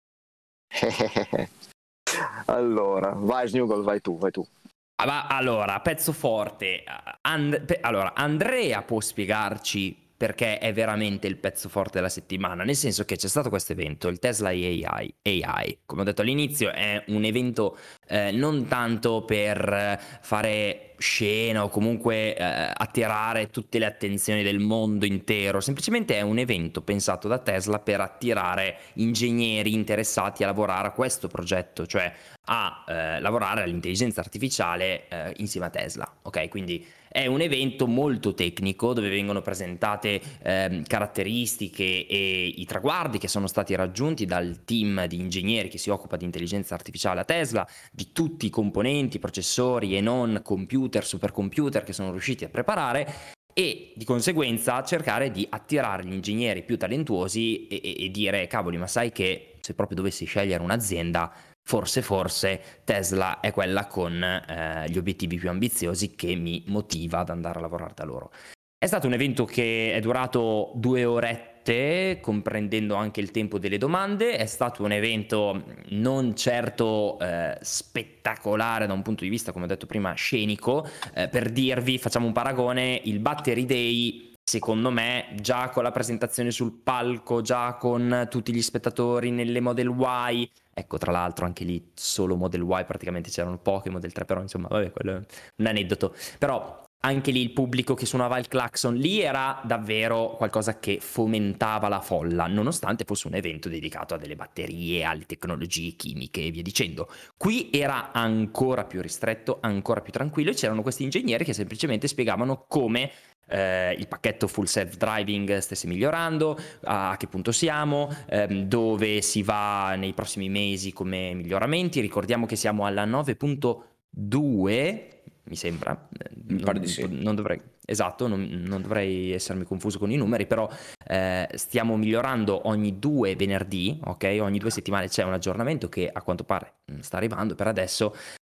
Allora, vai Snuggle, vai tu, vai tu. Ah, ma allora, pezzo forte. And- pe- allora, Andrea può spiegarci perché è veramente il pezzo forte della settimana, nel senso che c'è stato questo evento, il Tesla A I. A I. Come ho detto all'inizio, è un evento eh, non tanto per fare scena o comunque eh, attirare tutte le attenzioni del mondo intero, semplicemente è un evento pensato da Tesla per attirare ingegneri interessati a lavorare a questo progetto, cioè a eh, lavorare all'intelligenza artificiale eh, insieme a Tesla, ok? Quindi è un evento molto tecnico dove vengono presentate eh, caratteristiche e i traguardi che sono stati raggiunti dal team di ingegneri che si occupa di intelligenza artificiale a Tesla, di tutti i componenti, processori e non computer, supercomputer che sono riusciti a preparare, e di conseguenza cercare di attirare gli ingegneri più talentuosi e, e, e dire cavoli, ma sai che se proprio dovessi scegliere un'azienda, forse forse Tesla è quella con eh, gli obiettivi più ambiziosi che mi motiva ad andare a lavorare da loro. È stato un evento che è durato due orette, comprendendo anche il tempo delle domande. È stato un evento non certo eh, spettacolare da un punto di vista, come ho detto prima, scenico. Eh, per dirvi, facciamo un paragone, il Battery Day, secondo me, già con la presentazione sul palco, già con tutti gli spettatori nelle Model Y, ecco, tra l'altro anche lì solo Model Y, praticamente c'erano poche Model tre, però insomma, vabbè, quello è un aneddoto. Però anche lì il pubblico che suonava il clacson, lì era davvero qualcosa che fomentava la folla, nonostante fosse un evento dedicato a delle batterie, alle tecnologie chimiche e via dicendo. Qui era ancora più ristretto, ancora più tranquillo, e c'erano questi ingegneri che semplicemente spiegavano come eh, il pacchetto full self driving stesse migliorando, a che punto siamo, ehm, dove si va nei prossimi mesi come miglioramenti. Ricordiamo che siamo alla nove punto due, mi sembra, Mi pare non, di sì. non dovrei, esatto, non, non dovrei essermi confuso con i numeri, però eh, stiamo migliorando ogni due venerdì, ok? Ogni due settimane c'è un aggiornamento che a quanto pare sta arrivando per adesso.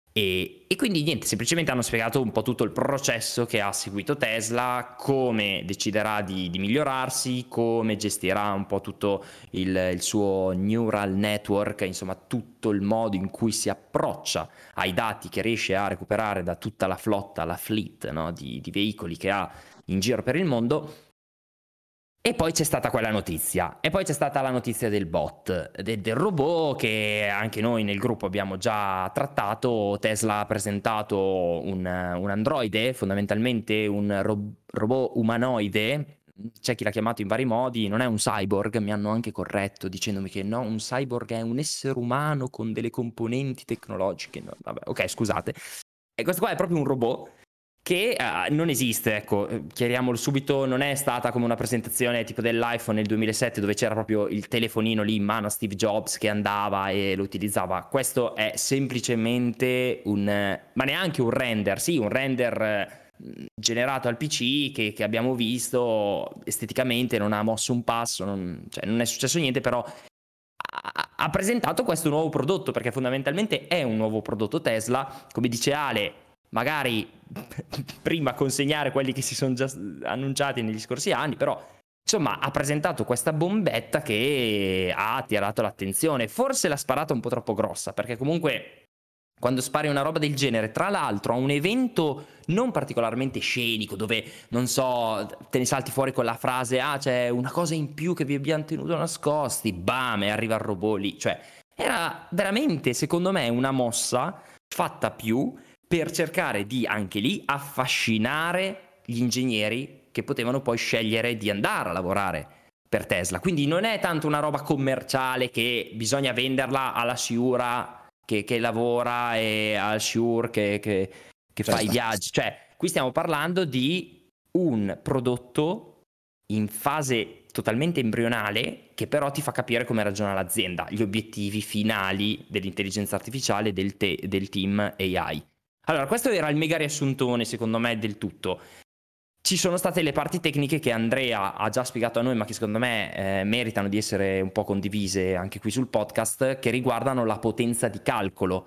E, e quindi niente, semplicemente hanno spiegato un po' tutto il processo che ha seguito Tesla, come deciderà di, di migliorarsi, come gestirà un po' tutto il, il suo neural network, insomma tutto il modo in cui si approccia ai dati che riesce a recuperare da tutta la flotta, la fleet, no, di, di veicoli che ha in giro per il mondo. E poi c'è stata quella notizia, e poi c'è stata la notizia del bot, de- del robot che anche noi nel gruppo abbiamo già trattato. Tesla ha presentato un, un androide, fondamentalmente un ro- robot umanoide, c'è chi l'ha chiamato in vari modi, non è un cyborg, mi hanno anche corretto dicendomi che no, un cyborg è un essere umano con delle componenti tecnologiche, no, vabbè, ok, scusate. E questo qua è proprio un robot che uh, non esiste, ecco, chiariamolo subito, non è stata come una presentazione tipo dell'iPhone nel duemilasette dove c'era proprio il telefonino lì in mano a Steve Jobs che andava e lo utilizzava. Questo è semplicemente un, ma neanche un render, sì, un render generato al P C che, che abbiamo visto, esteticamente non ha mosso un passo, non, cioè non è successo niente, però ha, ha presentato questo nuovo prodotto, perché fondamentalmente è un nuovo prodotto Tesla, come dice Ale, magari prima consegnare quelli che si sono già annunciati negli scorsi anni, però insomma ha presentato questa bombetta che ha attirato l'attenzione. Forse l'ha sparata un po' troppo grossa, perché comunque quando spari una roba del genere, tra l'altro a un evento non particolarmente scenico, dove non so, te ne salti fuori con la frase ah c'è una cosa in più che vi abbiamo tenuto nascosti, bam, e arriva il robot lì, cioè era veramente secondo me una mossa fatta più per cercare di, anche lì, affascinare gli ingegneri che potevano poi scegliere di andare a lavorare per Tesla. Quindi non è tanto una roba commerciale che bisogna venderla alla Sciura che, che lavora e al Shure che, che, che fa i viaggi. Cioè, qui stiamo parlando di un prodotto in fase totalmente embrionale che però ti fa capire come ragiona l'azienda, gli obiettivi finali dell'intelligenza artificiale del, te- del team A I. Allora, questo era il mega riassuntone, secondo me, del tutto. Ci sono state le parti tecniche che Andrea ha già spiegato a noi, ma che secondo me eh, meritano di essere un po' condivise anche qui sul podcast, che riguardano la potenza di calcolo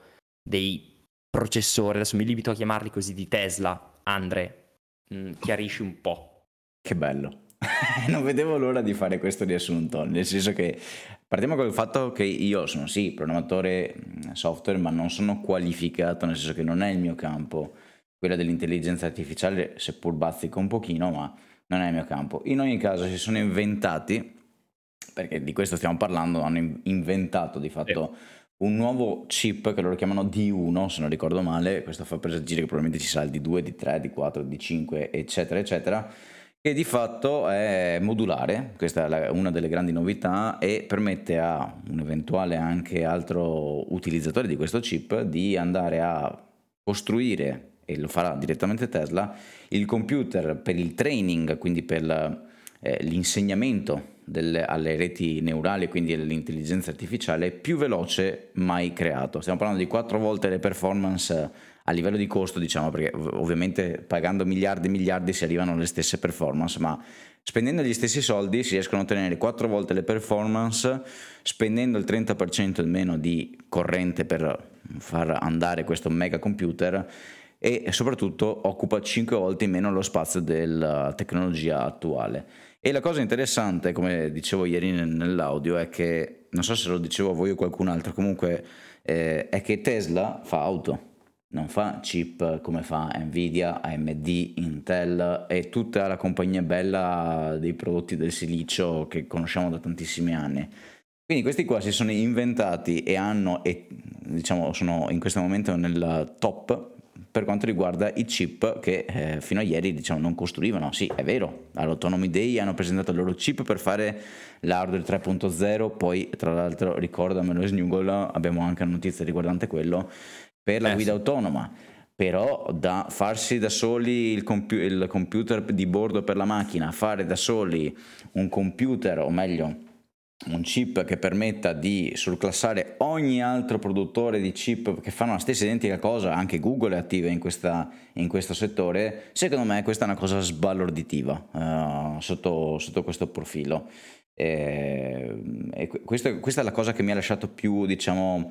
dei processori. Adesso mi limito a chiamarli così, di Tesla. Andre, mh, chiarisci un po'. Che bello. Non vedevo l'ora di fare questo riassunto, nel senso che partiamo col fatto che io sono sì programmatore software, ma non sono qualificato, nel senso che non è il mio campo, quella dell'intelligenza artificiale, seppur bazzico un pochino, ma non è il mio campo. In ogni caso si sono inventati, perché di questo stiamo parlando, hanno inventato di fatto un nuovo chip che loro chiamano D uno, se non ricordo male, questo fa presagire che probabilmente ci sarà il D due, D tre, D quattro, D cinque, eccetera, eccetera, che di fatto è modulare, questa è una delle grandi novità, e permette a un eventuale anche altro utilizzatore di questo chip di andare a costruire, e lo farà direttamente Tesla, il computer per il training, quindi per eh, l'insegnamento delle, alle reti neurali, quindi all'intelligenza artificiale, più veloce mai creato. Stiamo parlando di quattro volte le performance a livello di costo, diciamo, perché ovviamente pagando miliardi e miliardi si arrivano alle stesse performance, ma spendendo gli stessi soldi si riescono a ottenere quattro volte le performance, spendendo il trenta per cento in meno di corrente per far andare questo mega computer, e soprattutto occupa cinque volte in meno lo spazio della tecnologia attuale. E la cosa interessante, come dicevo ieri nell'audio, è che, non so se lo dicevo a voi o qualcun altro, comunque eh, è che Tesla fa auto, non fa chip come fa Nvidia, A M D, Intel e tutta la compagnia bella dei prodotti del silicio che conosciamo da tantissimi anni. Quindi questi qua si sono inventati e hanno, e diciamo sono in questo momento nel top per quanto riguarda i chip che eh, fino a ieri diciamo non costruivano. Sì, è vero, all'Autonomy Day hanno presentato il loro chip per fare l'hardware tre punto zero, poi tra l'altro ricordamelo Snuggle, abbiamo anche una notizia riguardante quello, per la Eh, guida sì. autonoma, però da farsi da soli il, compu- il computer di bordo per la macchina, fare da soli un computer, o meglio un chip che permetta di surclassare ogni altro produttore di chip che fanno la stessa identica cosa, anche Google è attiva in, questa, in questo settore, secondo me questa è una cosa sbalorditiva uh, sotto, sotto questo profilo. E, e questo, questa è la cosa che mi ha lasciato più, diciamo,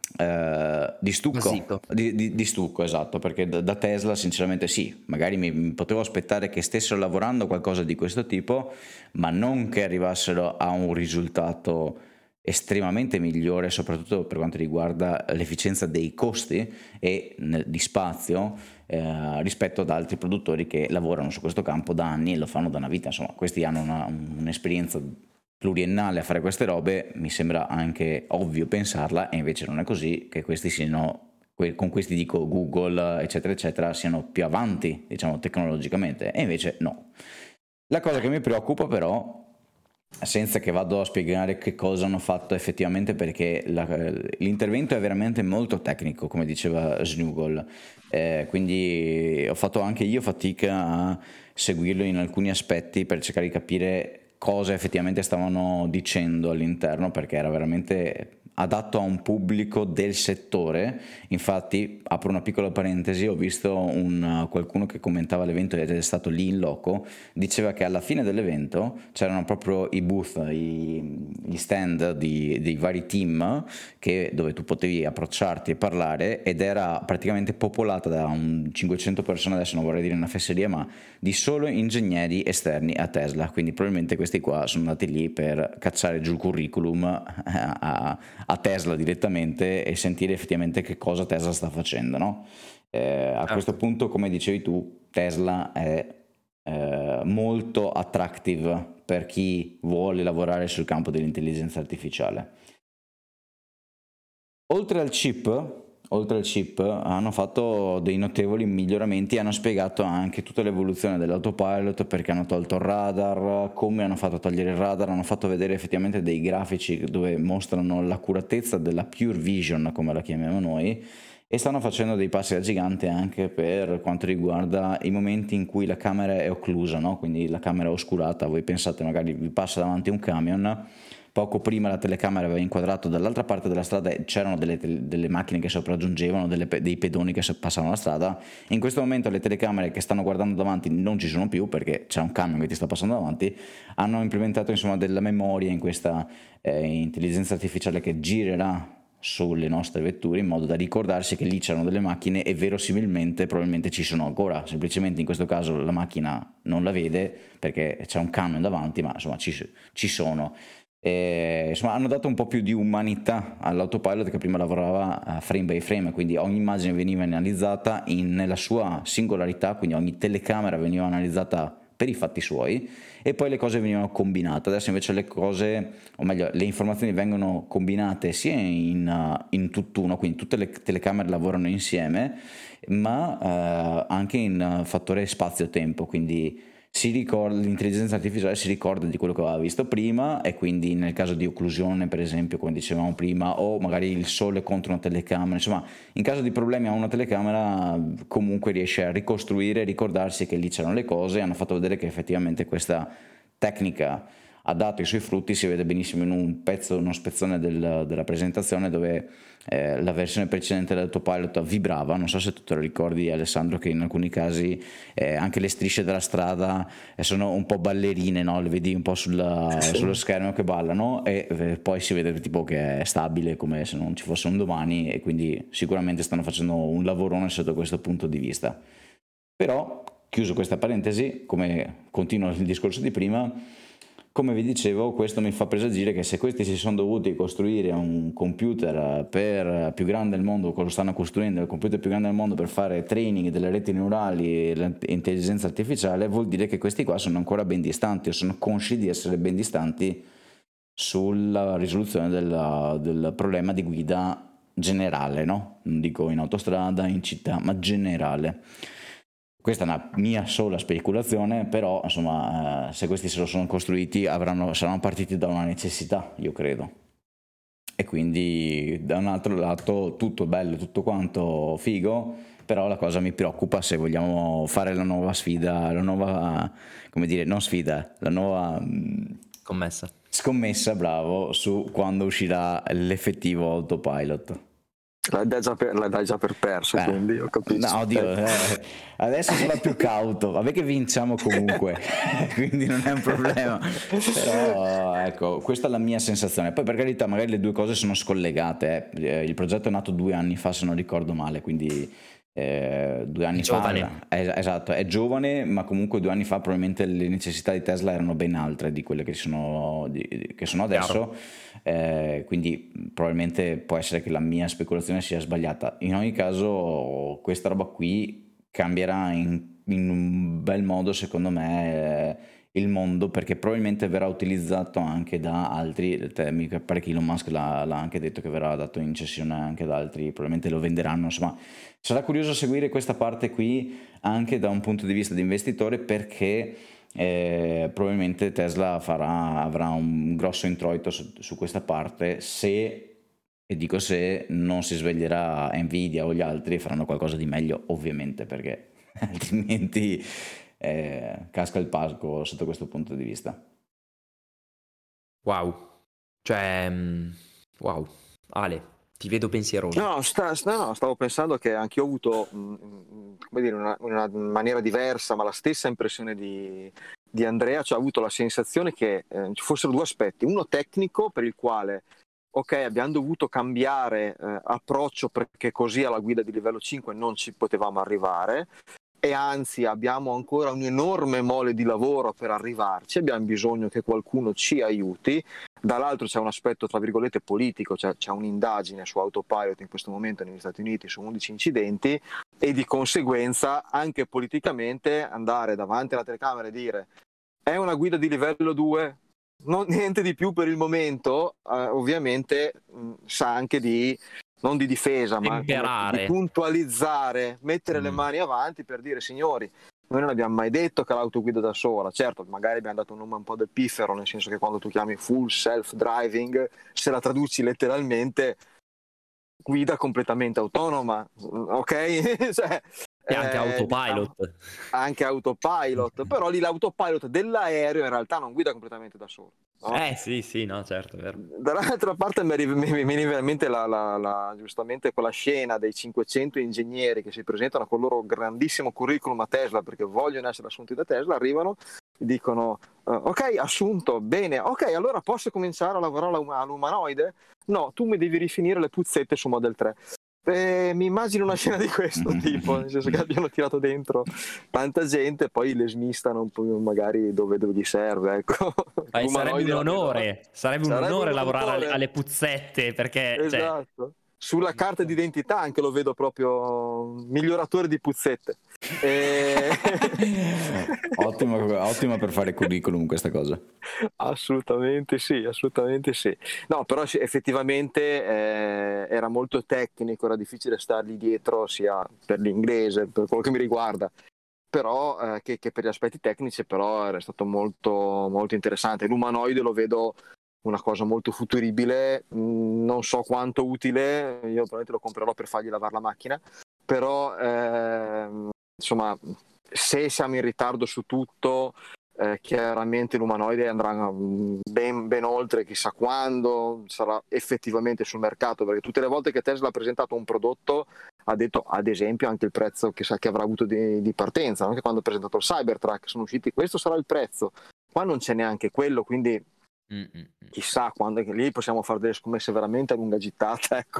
eh, di stucco, Basito. di, di- di stucco, esatto, perché da, da Tesla sinceramente sì, magari mi, mi potevo aspettare che stessero lavorando a qualcosa di questo tipo, ma non che arrivassero a un risultato estremamente migliore, soprattutto per quanto riguarda l'efficienza dei costi e nel- di spazio, eh, rispetto ad altri produttori che lavorano su questo campo da anni e lo fanno da una vita. Insomma, questi hanno una- un'esperienza pluriennale a fare queste robe, mi sembra anche ovvio pensarla, e invece non è così, che questi siano, que- con questi dico Google, eccetera, eccetera, siano più avanti, diciamo, tecnologicamente, e invece no. La cosa che mi preoccupa però, senza che vado a spiegare che cosa hanno fatto effettivamente, perché la- l'intervento è veramente molto tecnico, come diceva Snugol, eh, quindi ho fatto anche io fatica a seguirlo in alcuni aspetti per cercare di capire cosa effettivamente stavano dicendo all'interno, perché era veramente adatto a un pubblico del settore. Infatti, apro una piccola parentesi, ho visto un, qualcuno che commentava l'evento ed è stato lì in loco, diceva che alla fine dell'evento c'erano proprio i booth, i, gli stand di, dei vari team che, dove tu potevi approcciarti e parlare, ed era praticamente popolata da un cinquecento persone, adesso non vorrei dire una fesseria, ma di solo ingegneri esterni a Tesla, quindi probabilmente questi qua sono andati lì per cacciare giù il curriculum a, a Tesla direttamente e sentire effettivamente che cosa Tesla sta facendo, no? Eh, a questo Certo. punto, come dicevi tu, Tesla è eh, molto attractive per chi vuole lavorare sul campo dell'intelligenza artificiale. Oltre al chip, oltre al chip, hanno fatto dei notevoli miglioramenti, hanno spiegato anche tutta l'evoluzione dell'autopilot, perché hanno tolto il radar, come hanno fatto a togliere il radar, hanno fatto vedere effettivamente dei grafici dove mostrano l'accuratezza della pure vision, come la chiamiamo noi, e stanno facendo dei passi da gigante anche per quanto riguarda i momenti in cui la camera è occlusa, no? Quindi la camera è oscurata, voi pensate magari vi passa davanti un camion, poco prima la telecamera aveva inquadrato dall'altra parte della strada e c'erano delle, delle macchine che sopraggiungevano, delle, dei pedoni che passavano la strada. In questo momento le telecamere che stanno guardando davanti non ci sono più perché c'è un camion che ti sta passando davanti. Hanno implementato insomma della memoria in questa eh, intelligenza artificiale che girerà sulle nostre vetture in modo da ricordarsi che lì c'erano delle macchine e verosimilmente probabilmente ci sono ancora, semplicemente in questo caso la macchina non la vede perché c'è un camion davanti, ma insomma ci, ci sono. E, insomma, hanno dato un po' più di umanità all'autopilot che prima lavorava a frame by frame, quindi ogni immagine veniva analizzata in, nella sua singolarità, quindi ogni telecamera veniva analizzata per i fatti suoi e poi le cose venivano combinate. Adesso invece le cose, o meglio, le informazioni vengono combinate sia in, uh, in tutt'uno, quindi tutte le telecamere lavorano insieme, ma uh, anche in uh, fattore spazio-tempo, quindi si ricorda, l'intelligenza artificiale si ricorda di quello che aveva visto prima e quindi nel caso di occlusione, per esempio, come dicevamo prima, o magari il sole contro una telecamera, insomma, in caso di problemi a una telecamera comunque riesce a ricostruire, ricordarsi che lì c'erano le cose. Hanno fatto vedere che effettivamente questa tecnica ha dato i suoi frutti, si vede benissimo in un pezzo, uno spezzone del, della presentazione dove eh, la versione precedente dell'autopilot vibrava. Non so se tu te lo ricordi, Alessandro, che in alcuni casi eh, anche le strisce della strada eh, sono un po' ballerine, no? Le vedi un po' sulla, Sì. sullo schermo che ballano e eh, poi si vede tipo che è stabile come se non ci fosse un domani, e quindi sicuramente stanno facendo un lavorone sotto questo punto di vista. Però, chiuso questa parentesi, come continua il discorso di prima, come vi dicevo, questo mi fa presagire che se questi si sono dovuti costruire un computer per più grande del mondo, lo stanno costruendo il computer più grande del mondo per fare training delle reti neurali e l'intelligenza artificiale, vuol dire che questi qua sono ancora ben distanti o sono consci di essere ben distanti sulla risoluzione del, del problema di guida generale, no? Non dico in autostrada, in città, ma generale. Questa è una mia sola speculazione, però insomma, eh, se questi se lo sono costruiti avranno, saranno partiti da una necessità, io credo. E quindi da un altro lato tutto bello, tutto quanto figo, però la cosa mi preoccupa se vogliamo fare la nuova sfida, la nuova, come dire, non sfida, la nuova mh, Commessa. scommessa, bravo, su quando uscirà l'effettivo autopilot. La dai già per, la dai già per perso, Beh, quindi ho capito. no, oddio, eh, adesso sono più cauto, vabbè che vinciamo comunque, quindi non è un problema, però ecco, questa è la mia sensazione. Poi per carità, magari le due cose sono scollegate, eh. Il progetto è nato due anni fa se non ricordo male, quindi eh, due anni È fa, giovane. è, esatto, è giovane, ma comunque due anni fa probabilmente le necessità di Tesla erano ben altre di quelle che sono, di- di- che sono adesso. Chiaro. Eh, quindi probabilmente può essere che la mia speculazione sia sbagliata. In ogni caso, questa roba qui cambierà in, in un bel modo, secondo me, eh, il mondo, perché probabilmente verrà utilizzato anche da altri. Te, mi pare che Elon Musk l'ha, l'ha anche detto che verrà dato in cessione anche da altri, probabilmente lo venderanno. Insomma, sarà curioso seguire questa parte qui anche da un punto di vista di investitore, perché eh, probabilmente Tesla farà, avrà un grosso introito su, su questa parte se, e dico se, non si sveglierà Nvidia o gli altri e faranno qualcosa di meglio, ovviamente, perché altrimenti eh, casca il palco sotto questo punto di vista. Wow. Cioè, mm, wow. Ale, ti vedo pensieroso. No, sta- sta- no, stavo pensando che anche io ho avuto, mh, mh, come dire, una, una maniera diversa, ma la stessa impressione di, di Andrea, cioè ho avuto la sensazione che eh, ci fossero due aspetti, uno tecnico per il quale, ok, abbiamo dovuto cambiare eh, approccio perché così alla guida di livello cinque non ci potevamo arrivare, e anzi abbiamo ancora un enorme mole di lavoro per arrivarci, abbiamo bisogno che qualcuno ci aiuti. Dall'altro c'è un aspetto tra virgolette politico, cioè c'è un'indagine su Autopilot in questo momento negli Stati Uniti su undici incidenti, e di conseguenza anche politicamente andare davanti alla telecamera e dire è una guida di livello due, non, niente di più per il momento, eh, ovviamente mh, sa anche di non di difesa, ma come di puntualizzare, mettere mm. le mani avanti per dire signori, noi non abbiamo mai detto che l'autoguida da sola, certo magari abbiamo dato un nome un po' del piffero, nel senso che quando tu chiami full self driving, se la traduci letteralmente guida completamente autonoma, ok? Cioè, e anche eh, autopilot diciamo, anche autopilot, però lì l'autopilot dell'aereo in realtà non guida completamente da solo, no? Eh sì sì, no certo, è vero. Dall'altra parte mi viene veramente la, la, la, giustamente quella scena dei cinquecento ingegneri che si presentano con il loro grandissimo curriculum a Tesla perché vogliono essere assunti da Tesla, arrivano e dicono uh, ok, assunto, bene, ok, allora posso cominciare a lavorare all'umanoide? No, tu mi devi rifinire le puzzette su Model tre. Eh, mi immagino una scena di questo tipo, nel senso che abbiano tirato dentro tanta gente e poi le smistano un po' magari dove, dove gli serve, ecco. Beh, sarebbe un onore, sarebbe un sarebbe onore un lavorare onore. alle puzzette, perché esatto. Cioè... Sulla carta d'identità anche lo vedo proprio miglioratore di puzzette. E... ottimo, ottimo per fare curriculum questa cosa. Assolutamente sì, assolutamente sì. No, però effettivamente eh, era molto tecnico, era difficile stargli dietro sia per l'inglese, per quello che mi riguarda, però eh, che, che per gli aspetti tecnici, però era stato molto, molto interessante. L'umanoide lo vedo una cosa molto futuribile, non so quanto utile, io probabilmente lo comprerò per fargli lavare la macchina, però eh, insomma se siamo in ritardo su tutto, eh, chiaramente l'umanoide andrà ben, ben oltre, chissà quando sarà effettivamente sul mercato, perché tutte le volte che Tesla ha presentato un prodotto ha detto ad esempio anche il prezzo che, sa, che avrà avuto di, di partenza, anche quando ha presentato il Cybertruck sono usciti questo sarà il prezzo, qua non c'è neanche quello, quindi Mm-mm. chissà quando, che lì possiamo fare delle scommesse veramente a lunga gittata, ecco.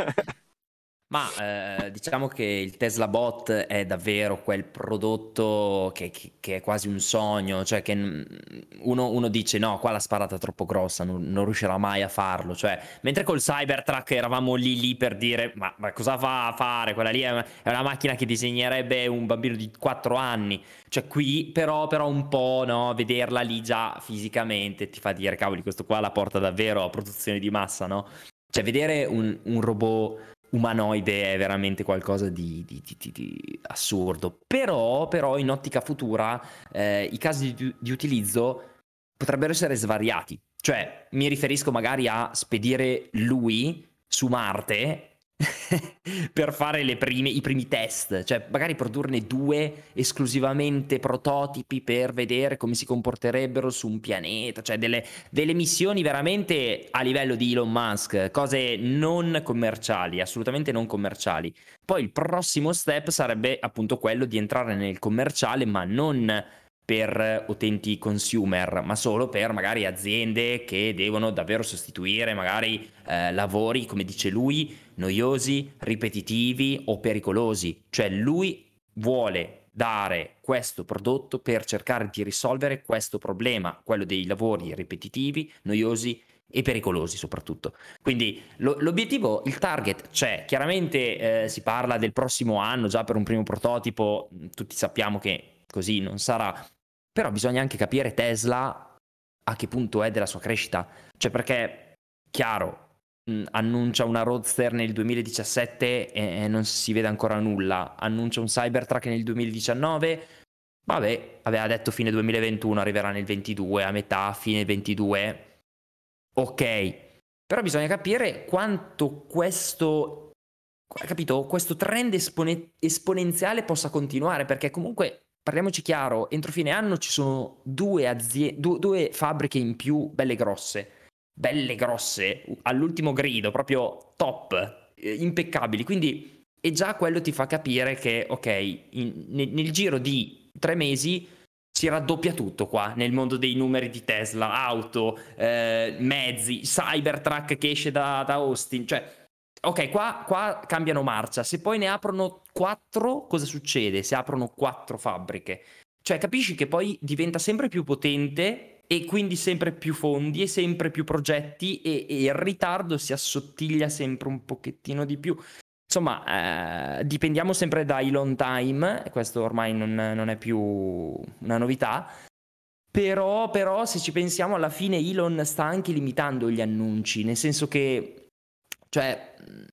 Ma eh, diciamo che il Tesla Bot è davvero quel prodotto che, che, che è quasi un sogno, cioè che uno, uno dice no, qua la sparata è troppo grossa, non, non riuscirà mai a farlo, cioè mentre col Cybertruck eravamo lì lì per dire ma, ma cosa va a fare, quella lì è una, è una macchina che disegnerebbe un bambino di quattro anni, cioè qui però, però un po' no, vederla lì già fisicamente ti fa dire cavoli questo qua la porta davvero a produzione di massa, no? Cioè vedere un, un robot umanoide è veramente qualcosa di, di, di, di, di assurdo, però, però in ottica futura eh, i casi di, di utilizzo potrebbero essere svariati, cioè mi riferisco magari a spedire lui su Marte per fare le prime, i primi test, cioè magari produrne due esclusivamente prototipi per vedere come si comporterebbero su un pianeta, cioè delle, delle missioni veramente a livello di Elon Musk, cose non commerciali, assolutamente non commerciali. Poi il prossimo step sarebbe appunto quello di entrare nel commerciale, ma non per utenti consumer, ma solo per magari aziende che devono davvero sostituire magari eh, lavori, come dice lui, noiosi, ripetitivi o pericolosi. Cioè lui vuole dare questo prodotto per cercare di risolvere questo problema, quello dei lavori ripetitivi, noiosi e pericolosi soprattutto. Quindi lo, l'obiettivo, il target c'è, chiaramente eh, si parla del prossimo anno già per un primo prototipo, tutti sappiamo che così non sarà, però bisogna anche capire Tesla a che punto è della sua crescita, cioè perché, chiaro, mh, annuncia una Roadster nel duemiladiciassette e, e non si vede ancora nulla, annuncia un Cybertruck nel duemiladiciannove, vabbè, aveva detto fine duemilaventuno, arriverà nel ventidue, a metà, fine ventidue, ok, però bisogna capire quanto questo, capito, questo trend espone- esponenziale possa continuare, perché comunque parliamoci chiaro, entro fine anno ci sono due, azie- du- due fabbriche in più belle grosse, belle grosse, all'ultimo grido, proprio top, eh, impeccabili, quindi e già quello ti fa capire che, ok, in- nel, nel giro di tre mesi si raddoppia tutto qua, nel mondo dei numeri di Tesla, auto, eh, mezzi, Cybertruck che esce da, da Austin, cioè... Ok, qua, qua cambiano marcia. Se poi ne aprono quattro, cosa succede? Se aprono quattro fabbriche, cioè capisci che poi diventa sempre più potente e quindi sempre più fondi e sempre più progetti e, e il ritardo si assottiglia sempre un pochettino di più. Insomma, eh, dipendiamo sempre da Elon Time, e questo ormai non, non è più una novità. Però, però, se ci pensiamo, alla fine Elon sta anche limitando gli annunci, nel senso che, cioè,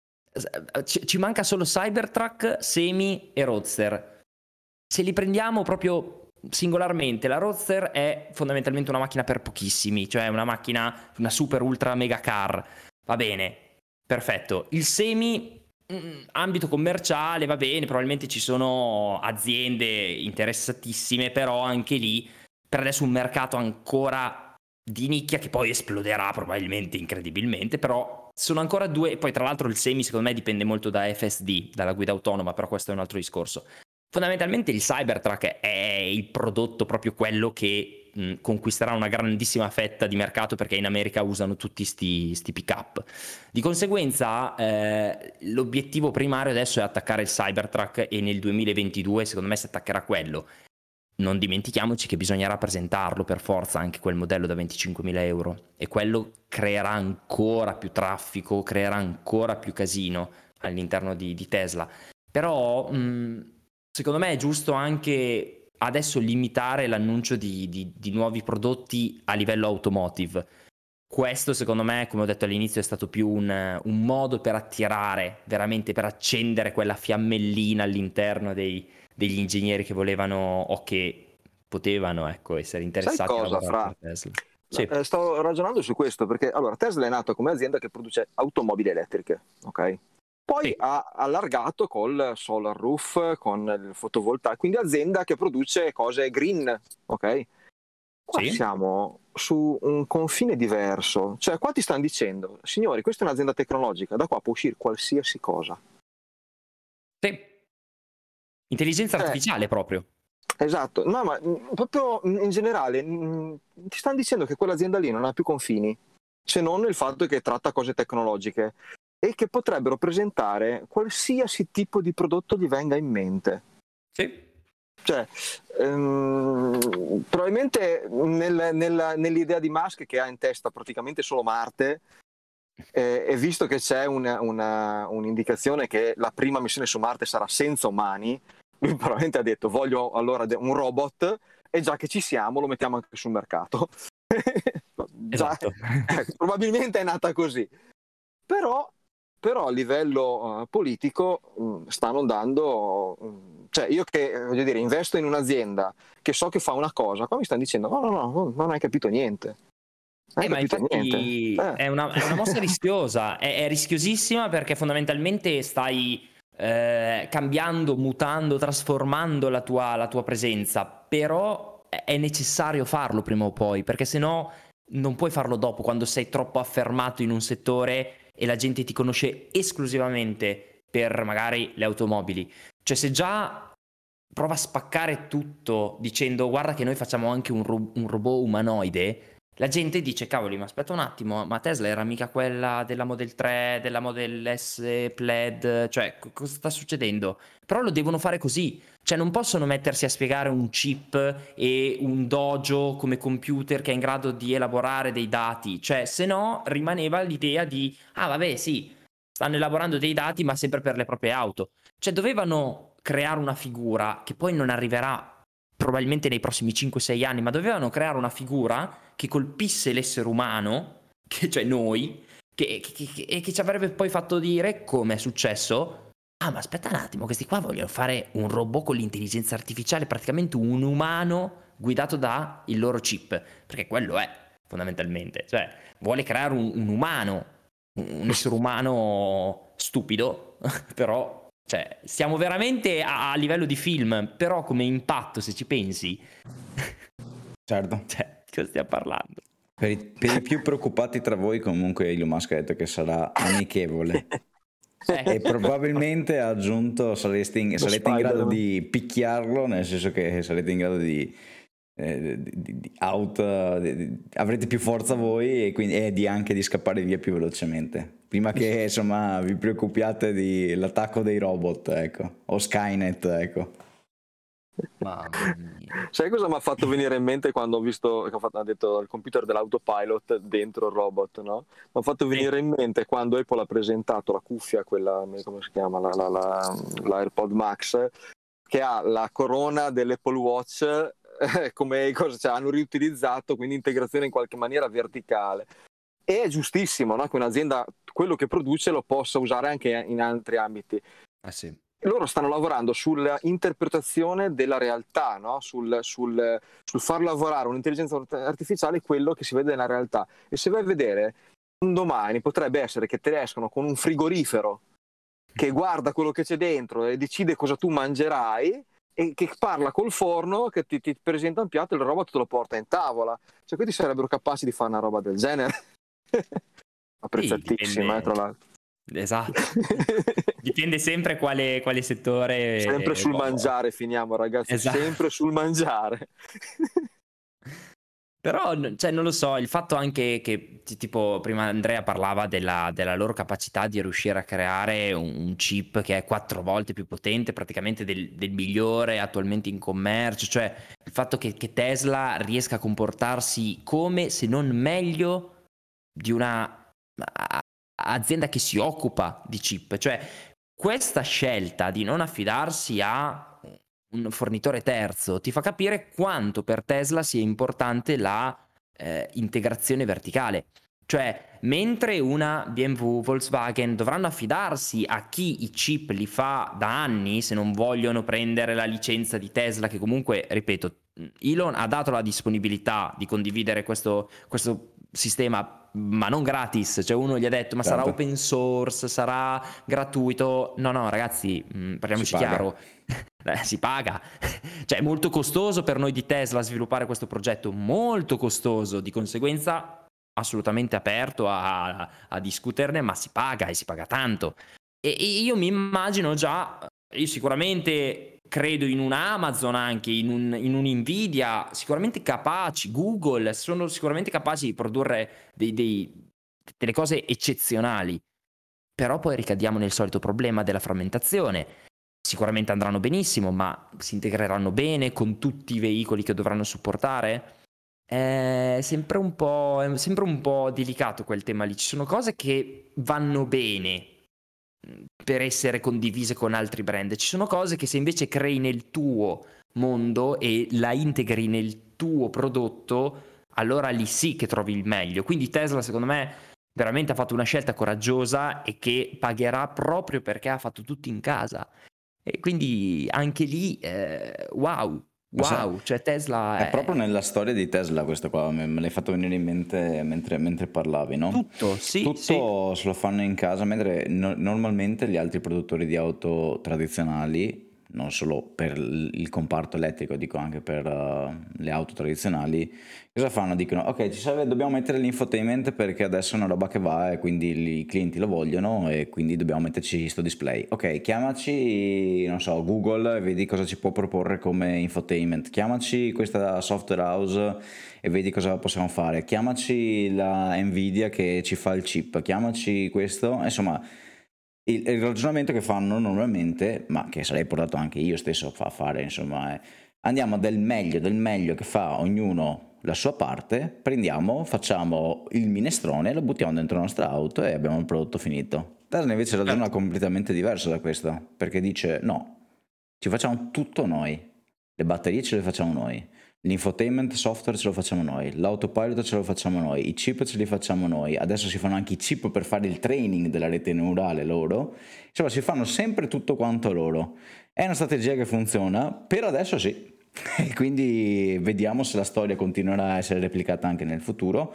ci, ci manca solo Cybertruck, Semi e Roadster. Se li prendiamo proprio singolarmente, la Roadster è fondamentalmente una macchina per pochissimi, cioè una macchina, una super ultra mega car. Va bene, perfetto. Il Semi, mh, ambito commerciale, va bene, probabilmente ci sono aziende interessatissime, però anche lì per adesso un mercato ancora di nicchia che poi esploderà probabilmente incredibilmente, però sono ancora due, poi tra l'altro il Semi secondo me dipende molto da F S D, dalla guida autonoma, però questo è un altro discorso. Fondamentalmente il Cybertruck è il prodotto proprio quello che mh, conquisterà una grandissima fetta di mercato, perché in America usano tutti sti, sti pick up. Di conseguenza eh, l'obiettivo primario adesso è attaccare il Cybertruck e nel duemilaventidue secondo me si attaccherà quello. Non dimentichiamoci che bisognerà presentarlo per forza anche quel modello da venticinquemila euro, e quello creerà ancora più traffico, creerà ancora più casino all'interno di, di Tesla. Però mh, secondo me è giusto anche adesso limitare l'annuncio di, di, di nuovi prodotti a livello automotive. Questo secondo me, come ho detto all'inizio, è stato più un, un modo per attirare, veramente per accendere quella fiammellina all'interno dei, degli ingegneri che volevano o che potevano, ecco, essere Sai interessati a cosa, lavorare Fra? per Tesla. No, Sì, eh, Stavo ragionando su questo perché allora Tesla è nata come azienda che produce automobili elettriche, ok? Poi sì, ha allargato col solar roof, con il fotovoltaico, quindi azienda che produce cose green, ok? Qua sì, siamo su un confine diverso, cioè qua ti stanno dicendo, signori, questa è un'azienda tecnologica, da qua può uscire qualsiasi cosa. sì. Intelligenza Eh, artificiale proprio. esatto, no, ma mh, proprio mh, in generale mh, ti stanno dicendo che quell'azienda lì non ha più confini, se non il fatto che tratta cose tecnologiche e che potrebbero presentare qualsiasi tipo di prodotto gli venga in mente. Sì, Cioè, ehm, probabilmente nel- nella- nell'idea di Musk, che ha in testa praticamente solo Marte, eh, e visto che c'è una- una- un'indicazione che la prima missione su Marte sarà senza umani, lui probabilmente ha detto voglio allora de- un robot, e già che ci siamo lo mettiamo anche sul mercato. Già, esatto. eh, probabilmente è nata così. Però, però a livello uh, politico mh, stanno dando, mh, cioè io che eh, voglio dire, investo in un'azienda che so che fa una cosa, qua mi stanno dicendo no, no, no, non hai capito niente. Non Eh, hai ma capito niente. infatti Eh. è una, è una mossa rischiosa, è, è rischiosissima perché fondamentalmente stai eh, cambiando, mutando, trasformando la tua, la tua presenza, però è è necessario farlo prima o poi, perché sennò non puoi farlo dopo, quando sei troppo affermato in un settore e la gente ti conosce esclusivamente per magari le automobili. Cioè se già prova a spaccare tutto dicendo guarda che noi facciamo anche un, ro- un robot umanoide, la gente dice cavoli, ma aspetta un attimo, ma Tesla era mica quella della Model tre, della Model S Plaid, cioè co- cosa sta succedendo? Però lo devono fare così, cioè non possono mettersi a spiegare un chip e un dojo come computer che è in grado di elaborare dei dati, cioè se no rimaneva l'idea di ah vabbè sì, stanno elaborando dei dati ma sempre per le proprie auto. Cioè dovevano creare una figura che poi non arriverà probabilmente nei prossimi cinque sei anni, ma dovevano creare una figura che colpisse l'essere umano, che, cioè noi, che, che, che, e che ci avrebbe poi fatto dire, come è successo, ah ma aspetta un attimo, questi qua vogliono fare un robot con l'intelligenza artificiale, praticamente un umano guidato da il loro chip, perché quello è fondamentalmente, cioè vuole creare un, un umano, un essere umano stupido, però cioè, siamo veramente a, a livello di film, però come impatto, se ci pensi, Certo. cioè, cosa stiamo parlando? Per i, per i più preoccupati tra voi, comunque Elon Musk ha detto che sarà amichevole. Eh, E probabilmente ha aggiunto sareste in, Lo sarete in grado Spider-Man. di picchiarlo, nel senso che sarete in grado di, eh, di, di- di out, di- di- avrete più forza voi e quindi e di anche di scappare via più velocemente. Prima che insomma vi preoccupiate dell'attacco dei robot, ecco, o Skynet, ecco. mamma mia. Sai cosa mi ha fatto venire in mente quando ho visto che ho fatto, ha detto il computer dell'autopilot dentro il robot, no? Mi ha fatto venire in mente quando Apple ha presentato la cuffia, quella, come si chiama, la, la, la, l'AirPod Max, che ha la corona dell'Apple Watch, eh, come cosa, cioè, hanno riutilizzato, quindi integrazione in qualche maniera verticale. E è giustissimo, no? Che un'azienda quello che produce lo possa usare anche in altri ambiti. Ah sì. Loro stanno lavorando sulla interpretazione della realtà, no? sul, sul, sul far lavorare un'intelligenza artificiale quello che si vede nella realtà. E se vai a vedere, un domani potrebbe essere che te escono con un frigorifero che guarda quello che c'è dentro e decide cosa tu mangerai e che parla col forno, che ti, ti presenta un piatto e il robot te lo porta in tavola. Cioè, quindi sarebbero capaci di fare una roba del genere. Apprezzatissima, dipende. eh, tra l'altro. Esatto. Dipende sempre quale, quale settore. Sempre sul boh, mangiare finiamo, ragazzi, esatto. sempre sul mangiare. Però, n- cioè, non lo so, il fatto anche che, ti- tipo, prima Andrea parlava della, della loro capacità di riuscire a creare un, un chip che è quattro volte più potente, praticamente del, del migliore attualmente in commercio, cioè il fatto che, che Tesla riesca a comportarsi come, se non meglio, di una a- azienda che si occupa di chip, cioè questa scelta di non affidarsi a un fornitore terzo ti fa capire quanto per Tesla sia importante la eh, integrazione verticale. Cioè, mentre una B M W, Volkswagen dovranno affidarsi a chi i chip li fa da anni, se non vogliono prendere la licenza di Tesla, che comunque, ripeto, Elon ha dato la disponibilità di condividere questo, questo sistema, ma non gratis. Cioè uno gli ha detto, ma sarà Certo. open source, sarà gratuito. No, no, ragazzi, mh, parliamoci Si paga. chiaro. Eh, si paga, cioè è molto costoso per noi di Tesla sviluppare questo progetto, molto costoso, di conseguenza assolutamente aperto a, a discuterne, ma si paga e si paga tanto. E, e io mi immagino già, io sicuramente credo in una Amazon, anche in un, in un Nvidia, sicuramente capaci, Google, sono sicuramente capaci di produrre dei, dei, delle cose eccezionali, però poi ricadiamo nel solito problema della frammentazione. Sicuramente andranno benissimo, ma si integreranno bene con tutti i veicoli che dovranno supportare? È sempre un po', è sempre un po' delicato quel tema lì. Ci sono cose che vanno bene mh, per essere condivise con altri brand. Ci sono cose che se invece crei nel tuo mondo e la integri nel tuo prodotto, allora lì sì che trovi il meglio. Quindi Tesla, secondo me, veramente ha fatto una scelta coraggiosa e che pagherà proprio perché ha fatto tutto in casa. E quindi anche lì, eh, wow, wow, cioè Tesla È è proprio nella storia di Tesla questo qua, me me l'hai fatto venire in mente mentre, mentre parlavi, no? tutto, sì, sì. Tutto se lo fanno in casa, mentre no- normalmente gli altri produttori di auto tradizionali, non solo per il il comparto elettrico, dico anche per eh, le auto tradizionali, cosa fanno? Dicono, ok, ci serve, dobbiamo mettere l'infotainment perché adesso è una roba che va e quindi i clienti lo vogliono e quindi dobbiamo metterci sto display. Ok, chiamaci, non so, Google e vedi cosa ci può proporre come infotainment. Chiamaci questa software house e vedi cosa possiamo fare. Chiamaci la Nvidia che ci fa il chip. Chiamaci questo. Insomma, il, il ragionamento che fanno normalmente, ma che sarei portato anche io stesso a fare, insomma, è andiamo del meglio del meglio che fa ognuno la sua parte, prendiamo, facciamo il minestrone, lo buttiamo dentro la nostra auto e abbiamo il prodotto finito. Tesla invece ragiona Certo. completamente diverso da questo, perché dice no, ci facciamo tutto noi, le batterie ce le facciamo noi, l'infotainment software ce lo facciamo noi, l'autopilot ce lo facciamo noi, i chip ce li facciamo noi, adesso si fanno anche i chip per fare il training della rete neurale loro, insomma si fanno sempre tutto quanto loro. È una strategia che funziona, per adesso sì. E quindi vediamo se la storia continuerà a essere replicata anche nel futuro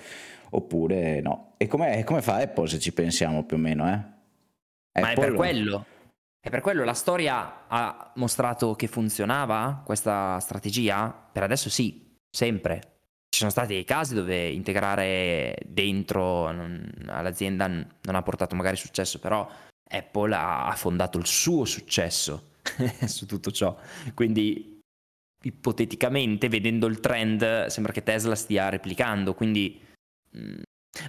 oppure no. E come, come fa Apple se ci pensiamo più o meno, eh? Ma è per Apple, quello. È per quello la storia ha mostrato che funzionava questa strategia? Per adesso sì, sempre. Ci sono stati dei casi dove integrare dentro non- all'azienda n- non ha portato magari successo, però Apple ha ha fondato il suo successo su tutto ciò. Quindi ipoteticamente, vedendo il trend, sembra che Tesla stia replicando. Quindi, mm,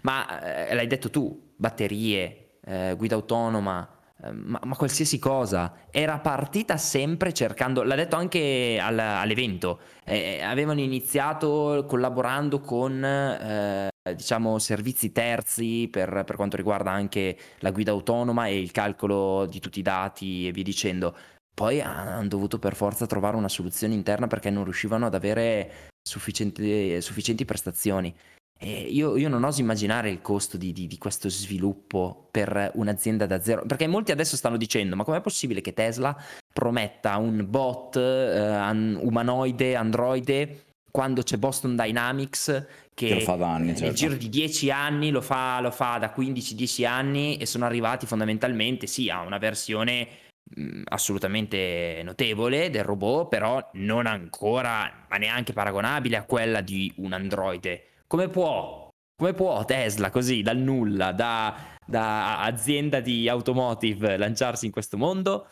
ma eh, l'hai detto tu, batterie, eh, guida autonoma, eh, ma, ma qualsiasi cosa. Era partita sempre cercando, l'ha detto anche al- all'evento, eh, avevano iniziato collaborando con, eh, diciamo, servizi terzi per, per quanto riguarda anche la guida autonoma e il calcolo di tutti i dati e via dicendo. Poi hanno dovuto per forza trovare una soluzione interna perché non riuscivano ad avere sufficienti, sufficienti prestazioni. E io, io non oso immaginare il costo di, di- di questo sviluppo per un'azienda da zero, perché molti adesso stanno dicendo: ma com'è possibile che Tesla prometta un bot eh, an- umanoide, androide, quando c'è Boston Dynamics che lo fa che da anni, eh, nel certo. giro di dieci anni lo fa, lo fa da quindici dieci anni e sono arrivati fondamentalmente sì a una versione mh, assolutamente notevole del robot, però non ancora, ma neanche paragonabile a quella di un androide. Come può? Come può Tesla così dal nulla, da, da azienda di automotive, lanciarsi in questo mondo?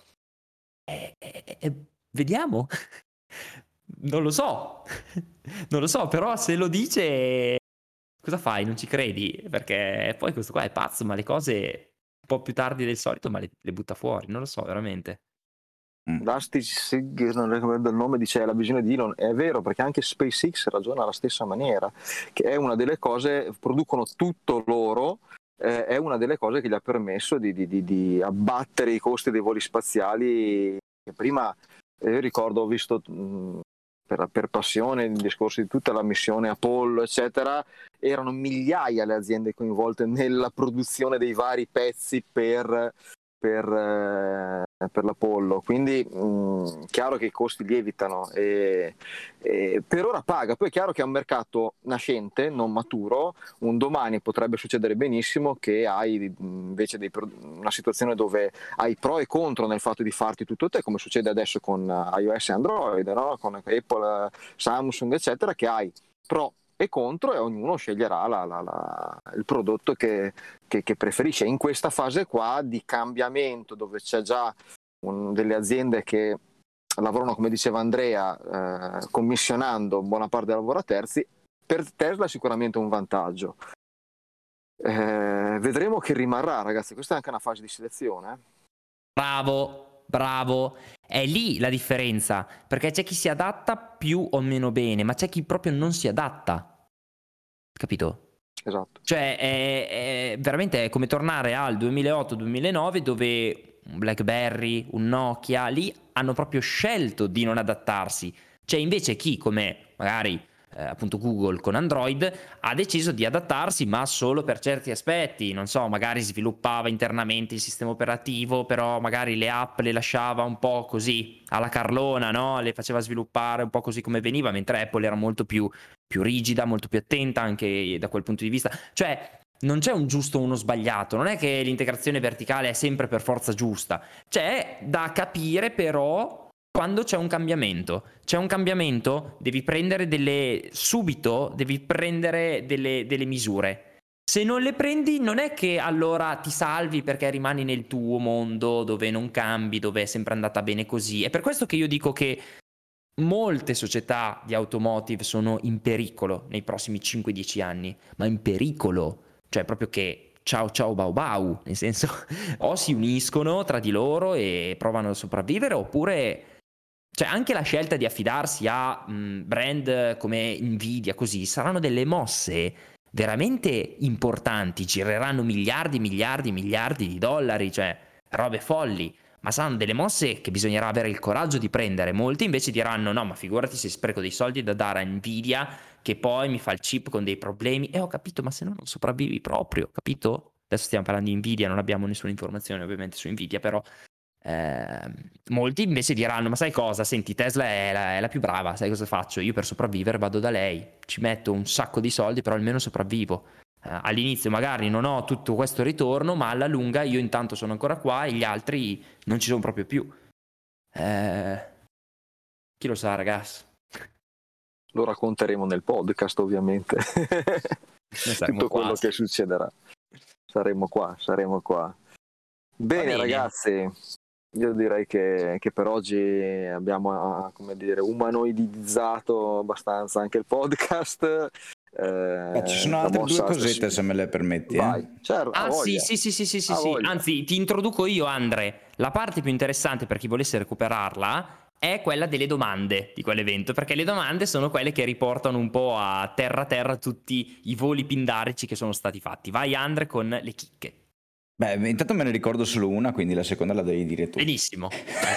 E, e- e- vediamo. Non lo so. Non lo so, però se lo dice, cosa fai? Non ci credi? Perché poi questo qua è pazzo, ma le cose un po' più tardi del solito, ma le, le butta fuori. Non lo so, veramente. Mm. Rusty Sig, non ricordo il nome, dice la visione di Elon. È vero, perché anche SpaceX ragiona alla stessa maniera, che è una delle cose, producono tutto loro, eh, è una delle cose che gli ha permesso di, di, di, di abbattere i costi dei voli spaziali. Che prima, eh, io ricordo, ho visto mh, per, per passione il discorso di tutta la missione Apollo, eccetera, erano migliaia le aziende coinvolte nella produzione dei vari pezzi per per, eh, per l'Apollo, quindi mh, chiaro che i costi lievitano e, e per ora paga. Poi è chiaro che è un mercato nascente, non maturo. Un domani potrebbe succedere benissimo che hai invece dei, una situazione dove hai pro e contro nel fatto di farti tutto te, come succede adesso con iOS e Android, no? Con Apple, Samsung, eccetera, che hai pro e contro e ognuno sceglierà la, la, la, il prodotto che, che, che preferisce. In questa fase qua di cambiamento, dove c'è già un, delle aziende che lavorano, come diceva Andrea, eh, commissionando buona parte del lavoro a terzi, per Tesla è sicuramente un vantaggio. Eh, vedremo che rimarrà, ragazzi. Questa è anche una fase di selezione. Eh. Bravo, bravo. È lì la differenza, perché c'è chi si adatta più o meno bene, ma c'è chi proprio non si adatta. Capito? Esatto. Cioè, è, è veramente è come tornare al duemilaotto duemilanove, dove un BlackBerry, un Nokia, lì hanno proprio scelto di non adattarsi. C'è invece chi, come magari eh, appunto Google con Android, ha deciso di adattarsi, ma solo per certi aspetti. Non so, magari sviluppava internamente il sistema operativo, però magari le app le lasciava un po' così alla carlona, no? Le faceva sviluppare un po' così come veniva, mentre Apple era molto più, più rigida, molto più attenta anche da quel punto di vista. Cioè, non c'è un giusto o uno sbagliato, non è che l'integrazione verticale è sempre per forza giusta, c'è da capire però quando c'è un cambiamento. C'è un cambiamento, devi prendere delle subito, devi prendere delle, delle misure. Se non le prendi non è che allora ti salvi perché rimani nel tuo mondo dove non cambi, dove è sempre andata bene così. È per questo che io dico che molte società di automotive sono in pericolo nei prossimi cinque dieci anni, ma in pericolo. Cioè proprio che ciao ciao bau bau, nel senso o si uniscono tra di loro e provano a sopravvivere, oppure cioè anche la scelta di affidarsi a mh, brand come Nvidia, così saranno delle mosse veramente importanti, gireranno miliardi miliardi miliardi di dollari, cioè robe folli, ma saranno delle mosse che bisognerà avere il coraggio di prendere. Molti invece diranno no, ma figurati se spreco dei soldi da dare a Nvidia che poi mi fa il chip con dei problemi. E ho capito, ma se no non sopravvivi proprio, capito? Adesso stiamo parlando di Nvidia, non abbiamo nessuna informazione ovviamente su Nvidia, però eh, molti invece diranno ma sai cosa, senti, Tesla è la, è la più brava, sai cosa faccio? Io per sopravvivere vado da lei, ci metto un sacco di soldi però almeno sopravvivo. eh, all'inizio magari non ho tutto questo ritorno, ma alla lunga io intanto sono ancora qua e gli altri non ci sono proprio più. eh, chi lo sa, ragazzi? Lo racconteremo nel podcast, ovviamente. Tutto quello quasi. che succederà. Saremo qua, saremo qua. Bene, bene. ragazzi, io direi che, che per oggi abbiamo, come dire, umanoidizzato abbastanza anche il podcast. Eh, Eh, ci sono altre due cosette, se me le permetti. Vai, Eh? certo, Ah sì, sì, sì, sì, sì, sì, sì. Anzi, ti introduco io, Andre. La parte più interessante per chi volesse recuperarla è quella delle domande di quell'evento, perché le domande sono quelle che riportano un po' a terra terra tutti i voli pindarici che sono stati fatti. Vai, Andre, con le chicche. Beh, intanto me ne ricordo solo una, quindi la seconda la devi dire tu. Benissimo.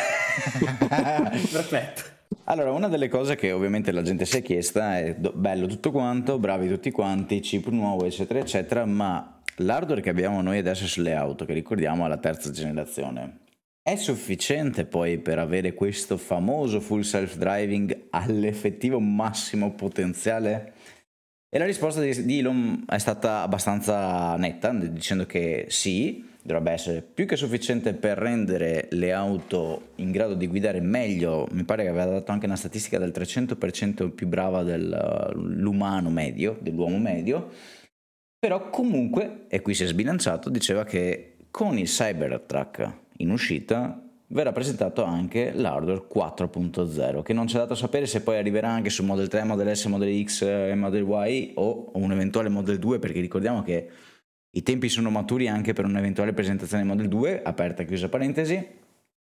Perfetto. Allora, una delle cose che ovviamente la gente si è chiesta è do- bello tutto quanto, bravi tutti quanti, chip nuovo, eccetera, eccetera, ma l'hardware che abbiamo noi adesso sulle auto, che ricordiamo è la terza generazione, è sufficiente poi per avere questo famoso full self-driving all'effettivo massimo potenziale? E la risposta di, di Elon è stata abbastanza netta, dicendo che sì, dovrebbe essere più che sufficiente per rendere le auto in grado di guidare meglio. Mi pare che aveva dato anche una statistica del trecento per cento più brava dell'umano medio, dell'uomo medio, però comunque, e qui si è sbilanciato, diceva che con il Cybertruck in uscita verrà presentato anche l'hardware quattro punto zero, che non c'è dato sapere se poi arriverà anche su Model tre, Model S, Model X e Model Y o un eventuale Model due, perché ricordiamo che i tempi sono maturi anche per un'eventuale presentazione Model due, aperta e chiusa parentesi,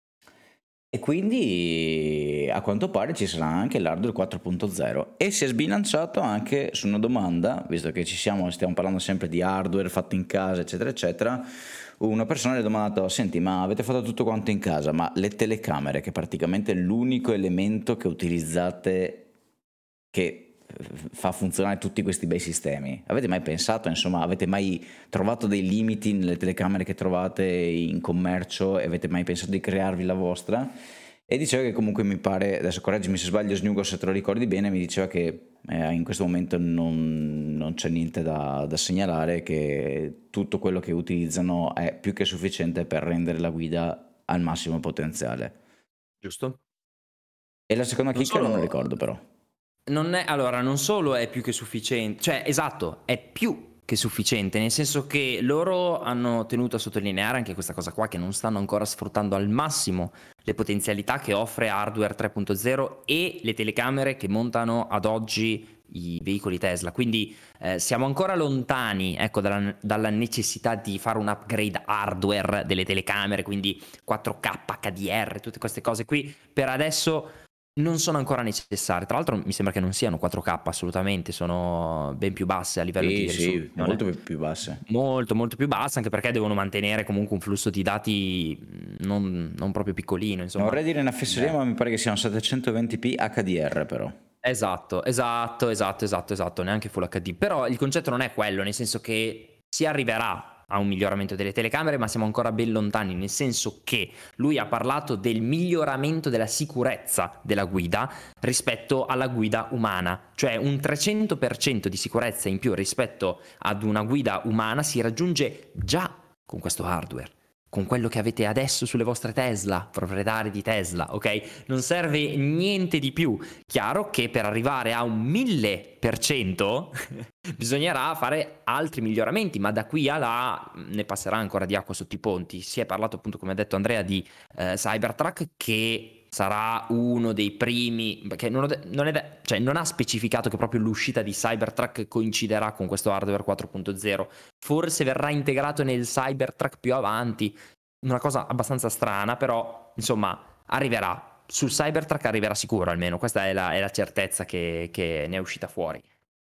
e quindi a quanto pare ci sarà anche l'hardware quattro punto zero. E si è sbilanciato anche su una domanda, visto che ci siamo, stiamo parlando sempre di hardware fatto in casa, eccetera, eccetera. Una persona gli ha domandato: senti, ma avete fatto tutto quanto in casa, ma le telecamere, che è praticamente l'unico elemento che utilizzate che fa funzionare tutti questi bei sistemi, avete mai pensato, insomma, avete mai trovato dei limiti nelle telecamere che trovate in commercio e avete mai pensato di crearvi la vostra? E diceva che comunque, mi pare, adesso correggimi se sbaglio Snugo, se te lo ricordi bene, mi diceva che eh, in questo momento non, non c'è niente da, da segnalare, che tutto quello che utilizzano è più che sufficiente per rendere la guida al massimo potenziale. Giusto? E la seconda Non chicca solo- non lo ricordo però. Non è, allora, non solo è più che sufficiente, cioè esatto, è più che sufficiente, nel senso che loro hanno tenuto a sottolineare anche questa cosa qua, che non stanno ancora sfruttando al massimo le potenzialità che offre hardware tre punto zero e le telecamere che montano ad oggi i veicoli Tesla, quindi eh, siamo ancora lontani, ecco, dalla, dalla necessità di fare un upgrade hardware delle telecamere, quindi quattro K, H D R, tutte queste cose qui per adesso non sono ancora necessarie. Tra l'altro mi sembra che non siano quattro K assolutamente, sono ben più basse a livello Sì, di sì, risoluzione. molto più basse. Molto molto più basse, anche perché devono mantenere comunque un flusso di dati non, non proprio piccolino, insomma. Non vorrei dire una fesseria, Beh. ma mi pare che siano settecentoventi p H D R però. Esatto, esatto, esatto, esatto, esatto, neanche Full acca di. Però il concetto non è quello, nel senso che si arriverà a un miglioramento delle telecamere, ma siamo ancora ben lontani, nel senso che lui ha parlato del miglioramento della sicurezza della guida rispetto alla guida umana, cioè un trecento per cento di sicurezza in più rispetto ad una guida umana si raggiunge già con questo hardware. Con quello che avete adesso sulle vostre Tesla, proprietari di Tesla, ok? Non serve niente di più. Chiaro che per arrivare a un mille per cento bisognerà fare altri miglioramenti, ma da qui a là ne passerà ancora di acqua sotto i ponti. Si è parlato appunto, come ha detto Andrea, di eh, Cybertruck, che sarà uno dei primi, perché non, ho, non, è de- cioè non ha specificato che proprio l'uscita di Cybertruck coinciderà con questo hardware quattro punto zero. Forse verrà integrato nel Cybertruck più avanti, una cosa abbastanza strana, però insomma arriverà. Sul Cybertruck arriverà sicuro, almeno questa è la, è la certezza che, che ne è uscita fuori.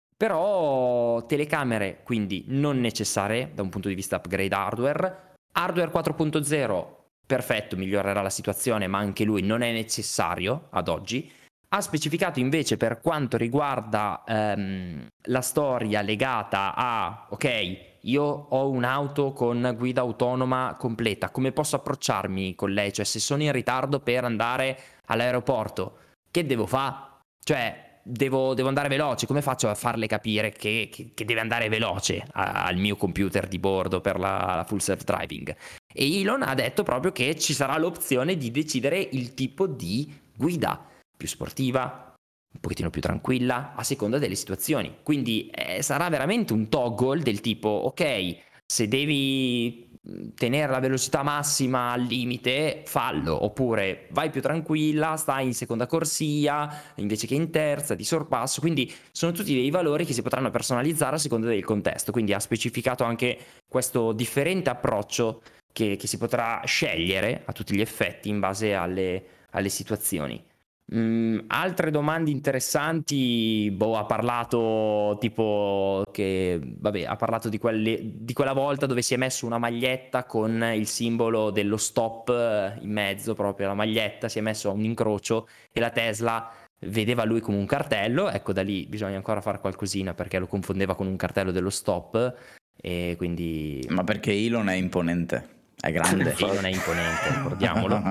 Però telecamere quindi non necessarie da un punto di vista upgrade hardware. Hardware quattro punto zero perfetto, migliorerà la situazione, ma anche lui non è necessario ad oggi. Ha specificato invece per quanto riguarda ehm, la storia legata a, ok, io ho un'auto con guida autonoma completa, come posso approcciarmi con lei? Cioè, se sono in ritardo per andare all'aeroporto, che devo fare? Cioè, devo, devo andare veloce, come faccio a farle capire che, che, che deve andare veloce a, al mio computer di bordo per la, la full self-driving? E Elon ha detto proprio che ci sarà l'opzione di decidere il tipo di guida, più sportiva, un pochettino più tranquilla, a seconda delle situazioni. Quindi eh, sarà veramente un toggle del tipo, ok, se devi tenere la velocità massima al limite, fallo, oppure vai più tranquilla, stai in seconda corsia invece che in terza, di sorpasso. Quindi sono tutti dei valori che si potranno personalizzare a seconda del contesto. Quindi ha specificato anche questo differente approccio che, che si potrà scegliere a tutti gli effetti in base alle, alle situazioni. Mm, altre domande interessanti, boh, ha parlato tipo che, vabbè, ha parlato di, quelle, di quella volta dove si è messo una maglietta con il simbolo dello stop in mezzo, proprio la maglietta, si è messo a un incrocio e la Tesla vedeva lui come un cartello. Ecco, da lì bisogna ancora fare qualcosina perché lo confondeva con un cartello dello stop e quindi... Ma perché Elon è imponente, è grande. Elon è imponente, ricordiamolo.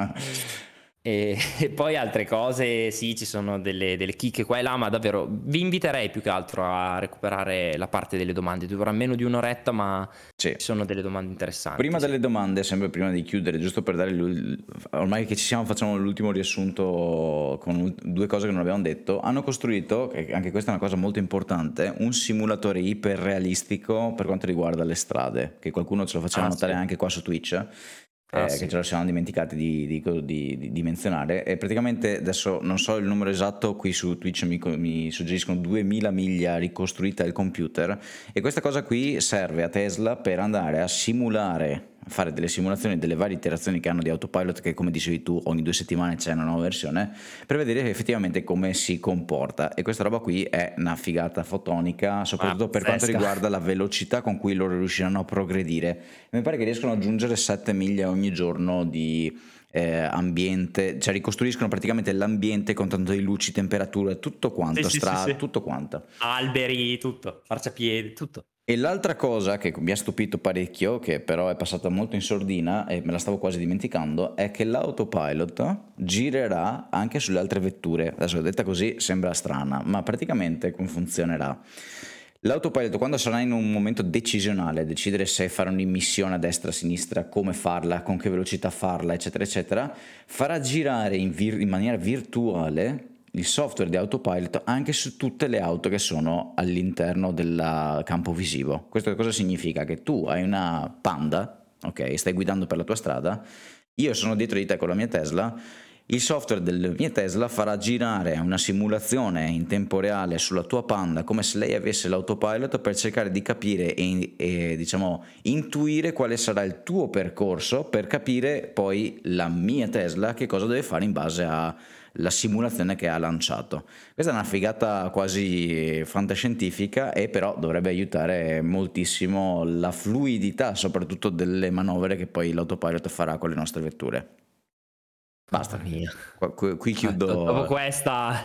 E, e poi altre cose, sì, ci sono delle, delle chicche qua e là, ma davvero vi inviterei più che altro a recuperare la parte delle domande. Durerà meno di un'oretta, ma sì, ci sono delle domande interessanti. Prima sì. delle domande, sempre prima di chiudere, giusto per dare l'ul- ormai che ci siamo, facciamo l'ultimo riassunto con due cose che non abbiamo detto. Hanno costruito, e anche questa è una cosa molto importante, un simulatore iperrealistico per quanto riguarda le strade, che qualcuno ce lo faceva Ah, notare sì. anche qua su Twitch. Ah, Eh, sì. che ce lo siamo dimenticati di, di, di, di, di menzionare. E praticamente adesso non so il numero esatto, qui su Twitch mi, mi suggeriscono duemila miglia ricostruita al computer, e questa cosa qui serve a Tesla per andare a simulare, a fare delle simulazioni delle varie iterazioni che hanno di autopilot, che come dicevi tu ogni due settimane c'è una nuova versione, per vedere effettivamente come si comporta. E questa roba qui è una figata fotonica, soprattutto Ah, per quanto fresca. riguarda la velocità con cui loro riusciranno a progredire. Mi pare che riescono ad aggiungere sette miglia ogni giorno di eh, ambiente, cioè ricostruiscono praticamente l'ambiente con tanto di luci, temperatura, tutto quanto, Sì, sì, strada, sì, sì. tutto quanto. Alberi, tutto, marciapiedi, tutto. E l'altra cosa che mi ha stupito parecchio, che però è passata molto in sordina e me la stavo quasi dimenticando, è che l'autopilot girerà anche sulle altre vetture. Adesso detta così sembra strana, ma praticamente come funzionerà? L'autopilot, quando sarà in un momento decisionale, decidere se fare un'immissione a destra, a sinistra, come farla, con che velocità farla, eccetera, eccetera, farà girare in, vir- in maniera virtuale il software di autopilot anche su tutte le auto che sono all'interno del campo visivo. Questo cosa significa? Che tu hai una Panda, ok, stai guidando per la tua strada, io sono dietro di te con la mia Tesla, il software della mia Tesla farà girare una simulazione in tempo reale sulla tua Panda come se lei avesse l'autopilot, per cercare di capire e, e diciamo intuire quale sarà il tuo percorso, per capire poi la mia Tesla che cosa deve fare in base a la simulazione che ha lanciato. Questa è una figata quasi fantascientifica, e però dovrebbe aiutare moltissimo la fluidità soprattutto delle manovre che poi l'autopilot farà con le nostre vetture. Basta, Mamma mia. Qua- qui, qui chiudo. Dopo questa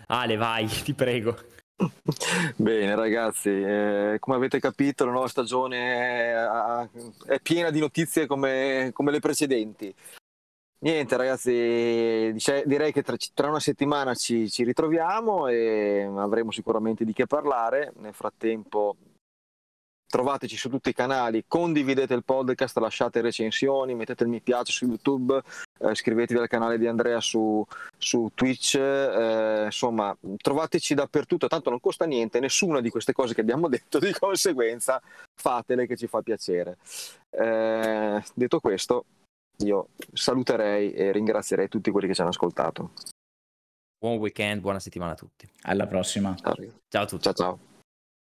Ale, vai, ti prego. Bene ragazzi, eh, come avete capito la nuova stagione è, è piena di notizie come, come le precedenti. Niente ragazzi, dice, direi che tra, tra una settimana ci, ci ritroviamo e avremo sicuramente di che parlare. Nel frattempo trovateci su tutti i canali, condividete il podcast, lasciate recensioni, mettete il mi piace su YouTube, eh, iscrivetevi al canale di Andrea su, su Twitch, eh, insomma trovateci dappertutto, tanto non costa niente, nessuna di queste cose che abbiamo detto, di conseguenza fatele che ci fa piacere. Eh, detto questo, io saluterei e ringrazierei tutti quelli che ci hanno ascoltato. Buon weekend, buona settimana a tutti. Alla prossima. Ciao, Ciao a tutti. ciao. ciao.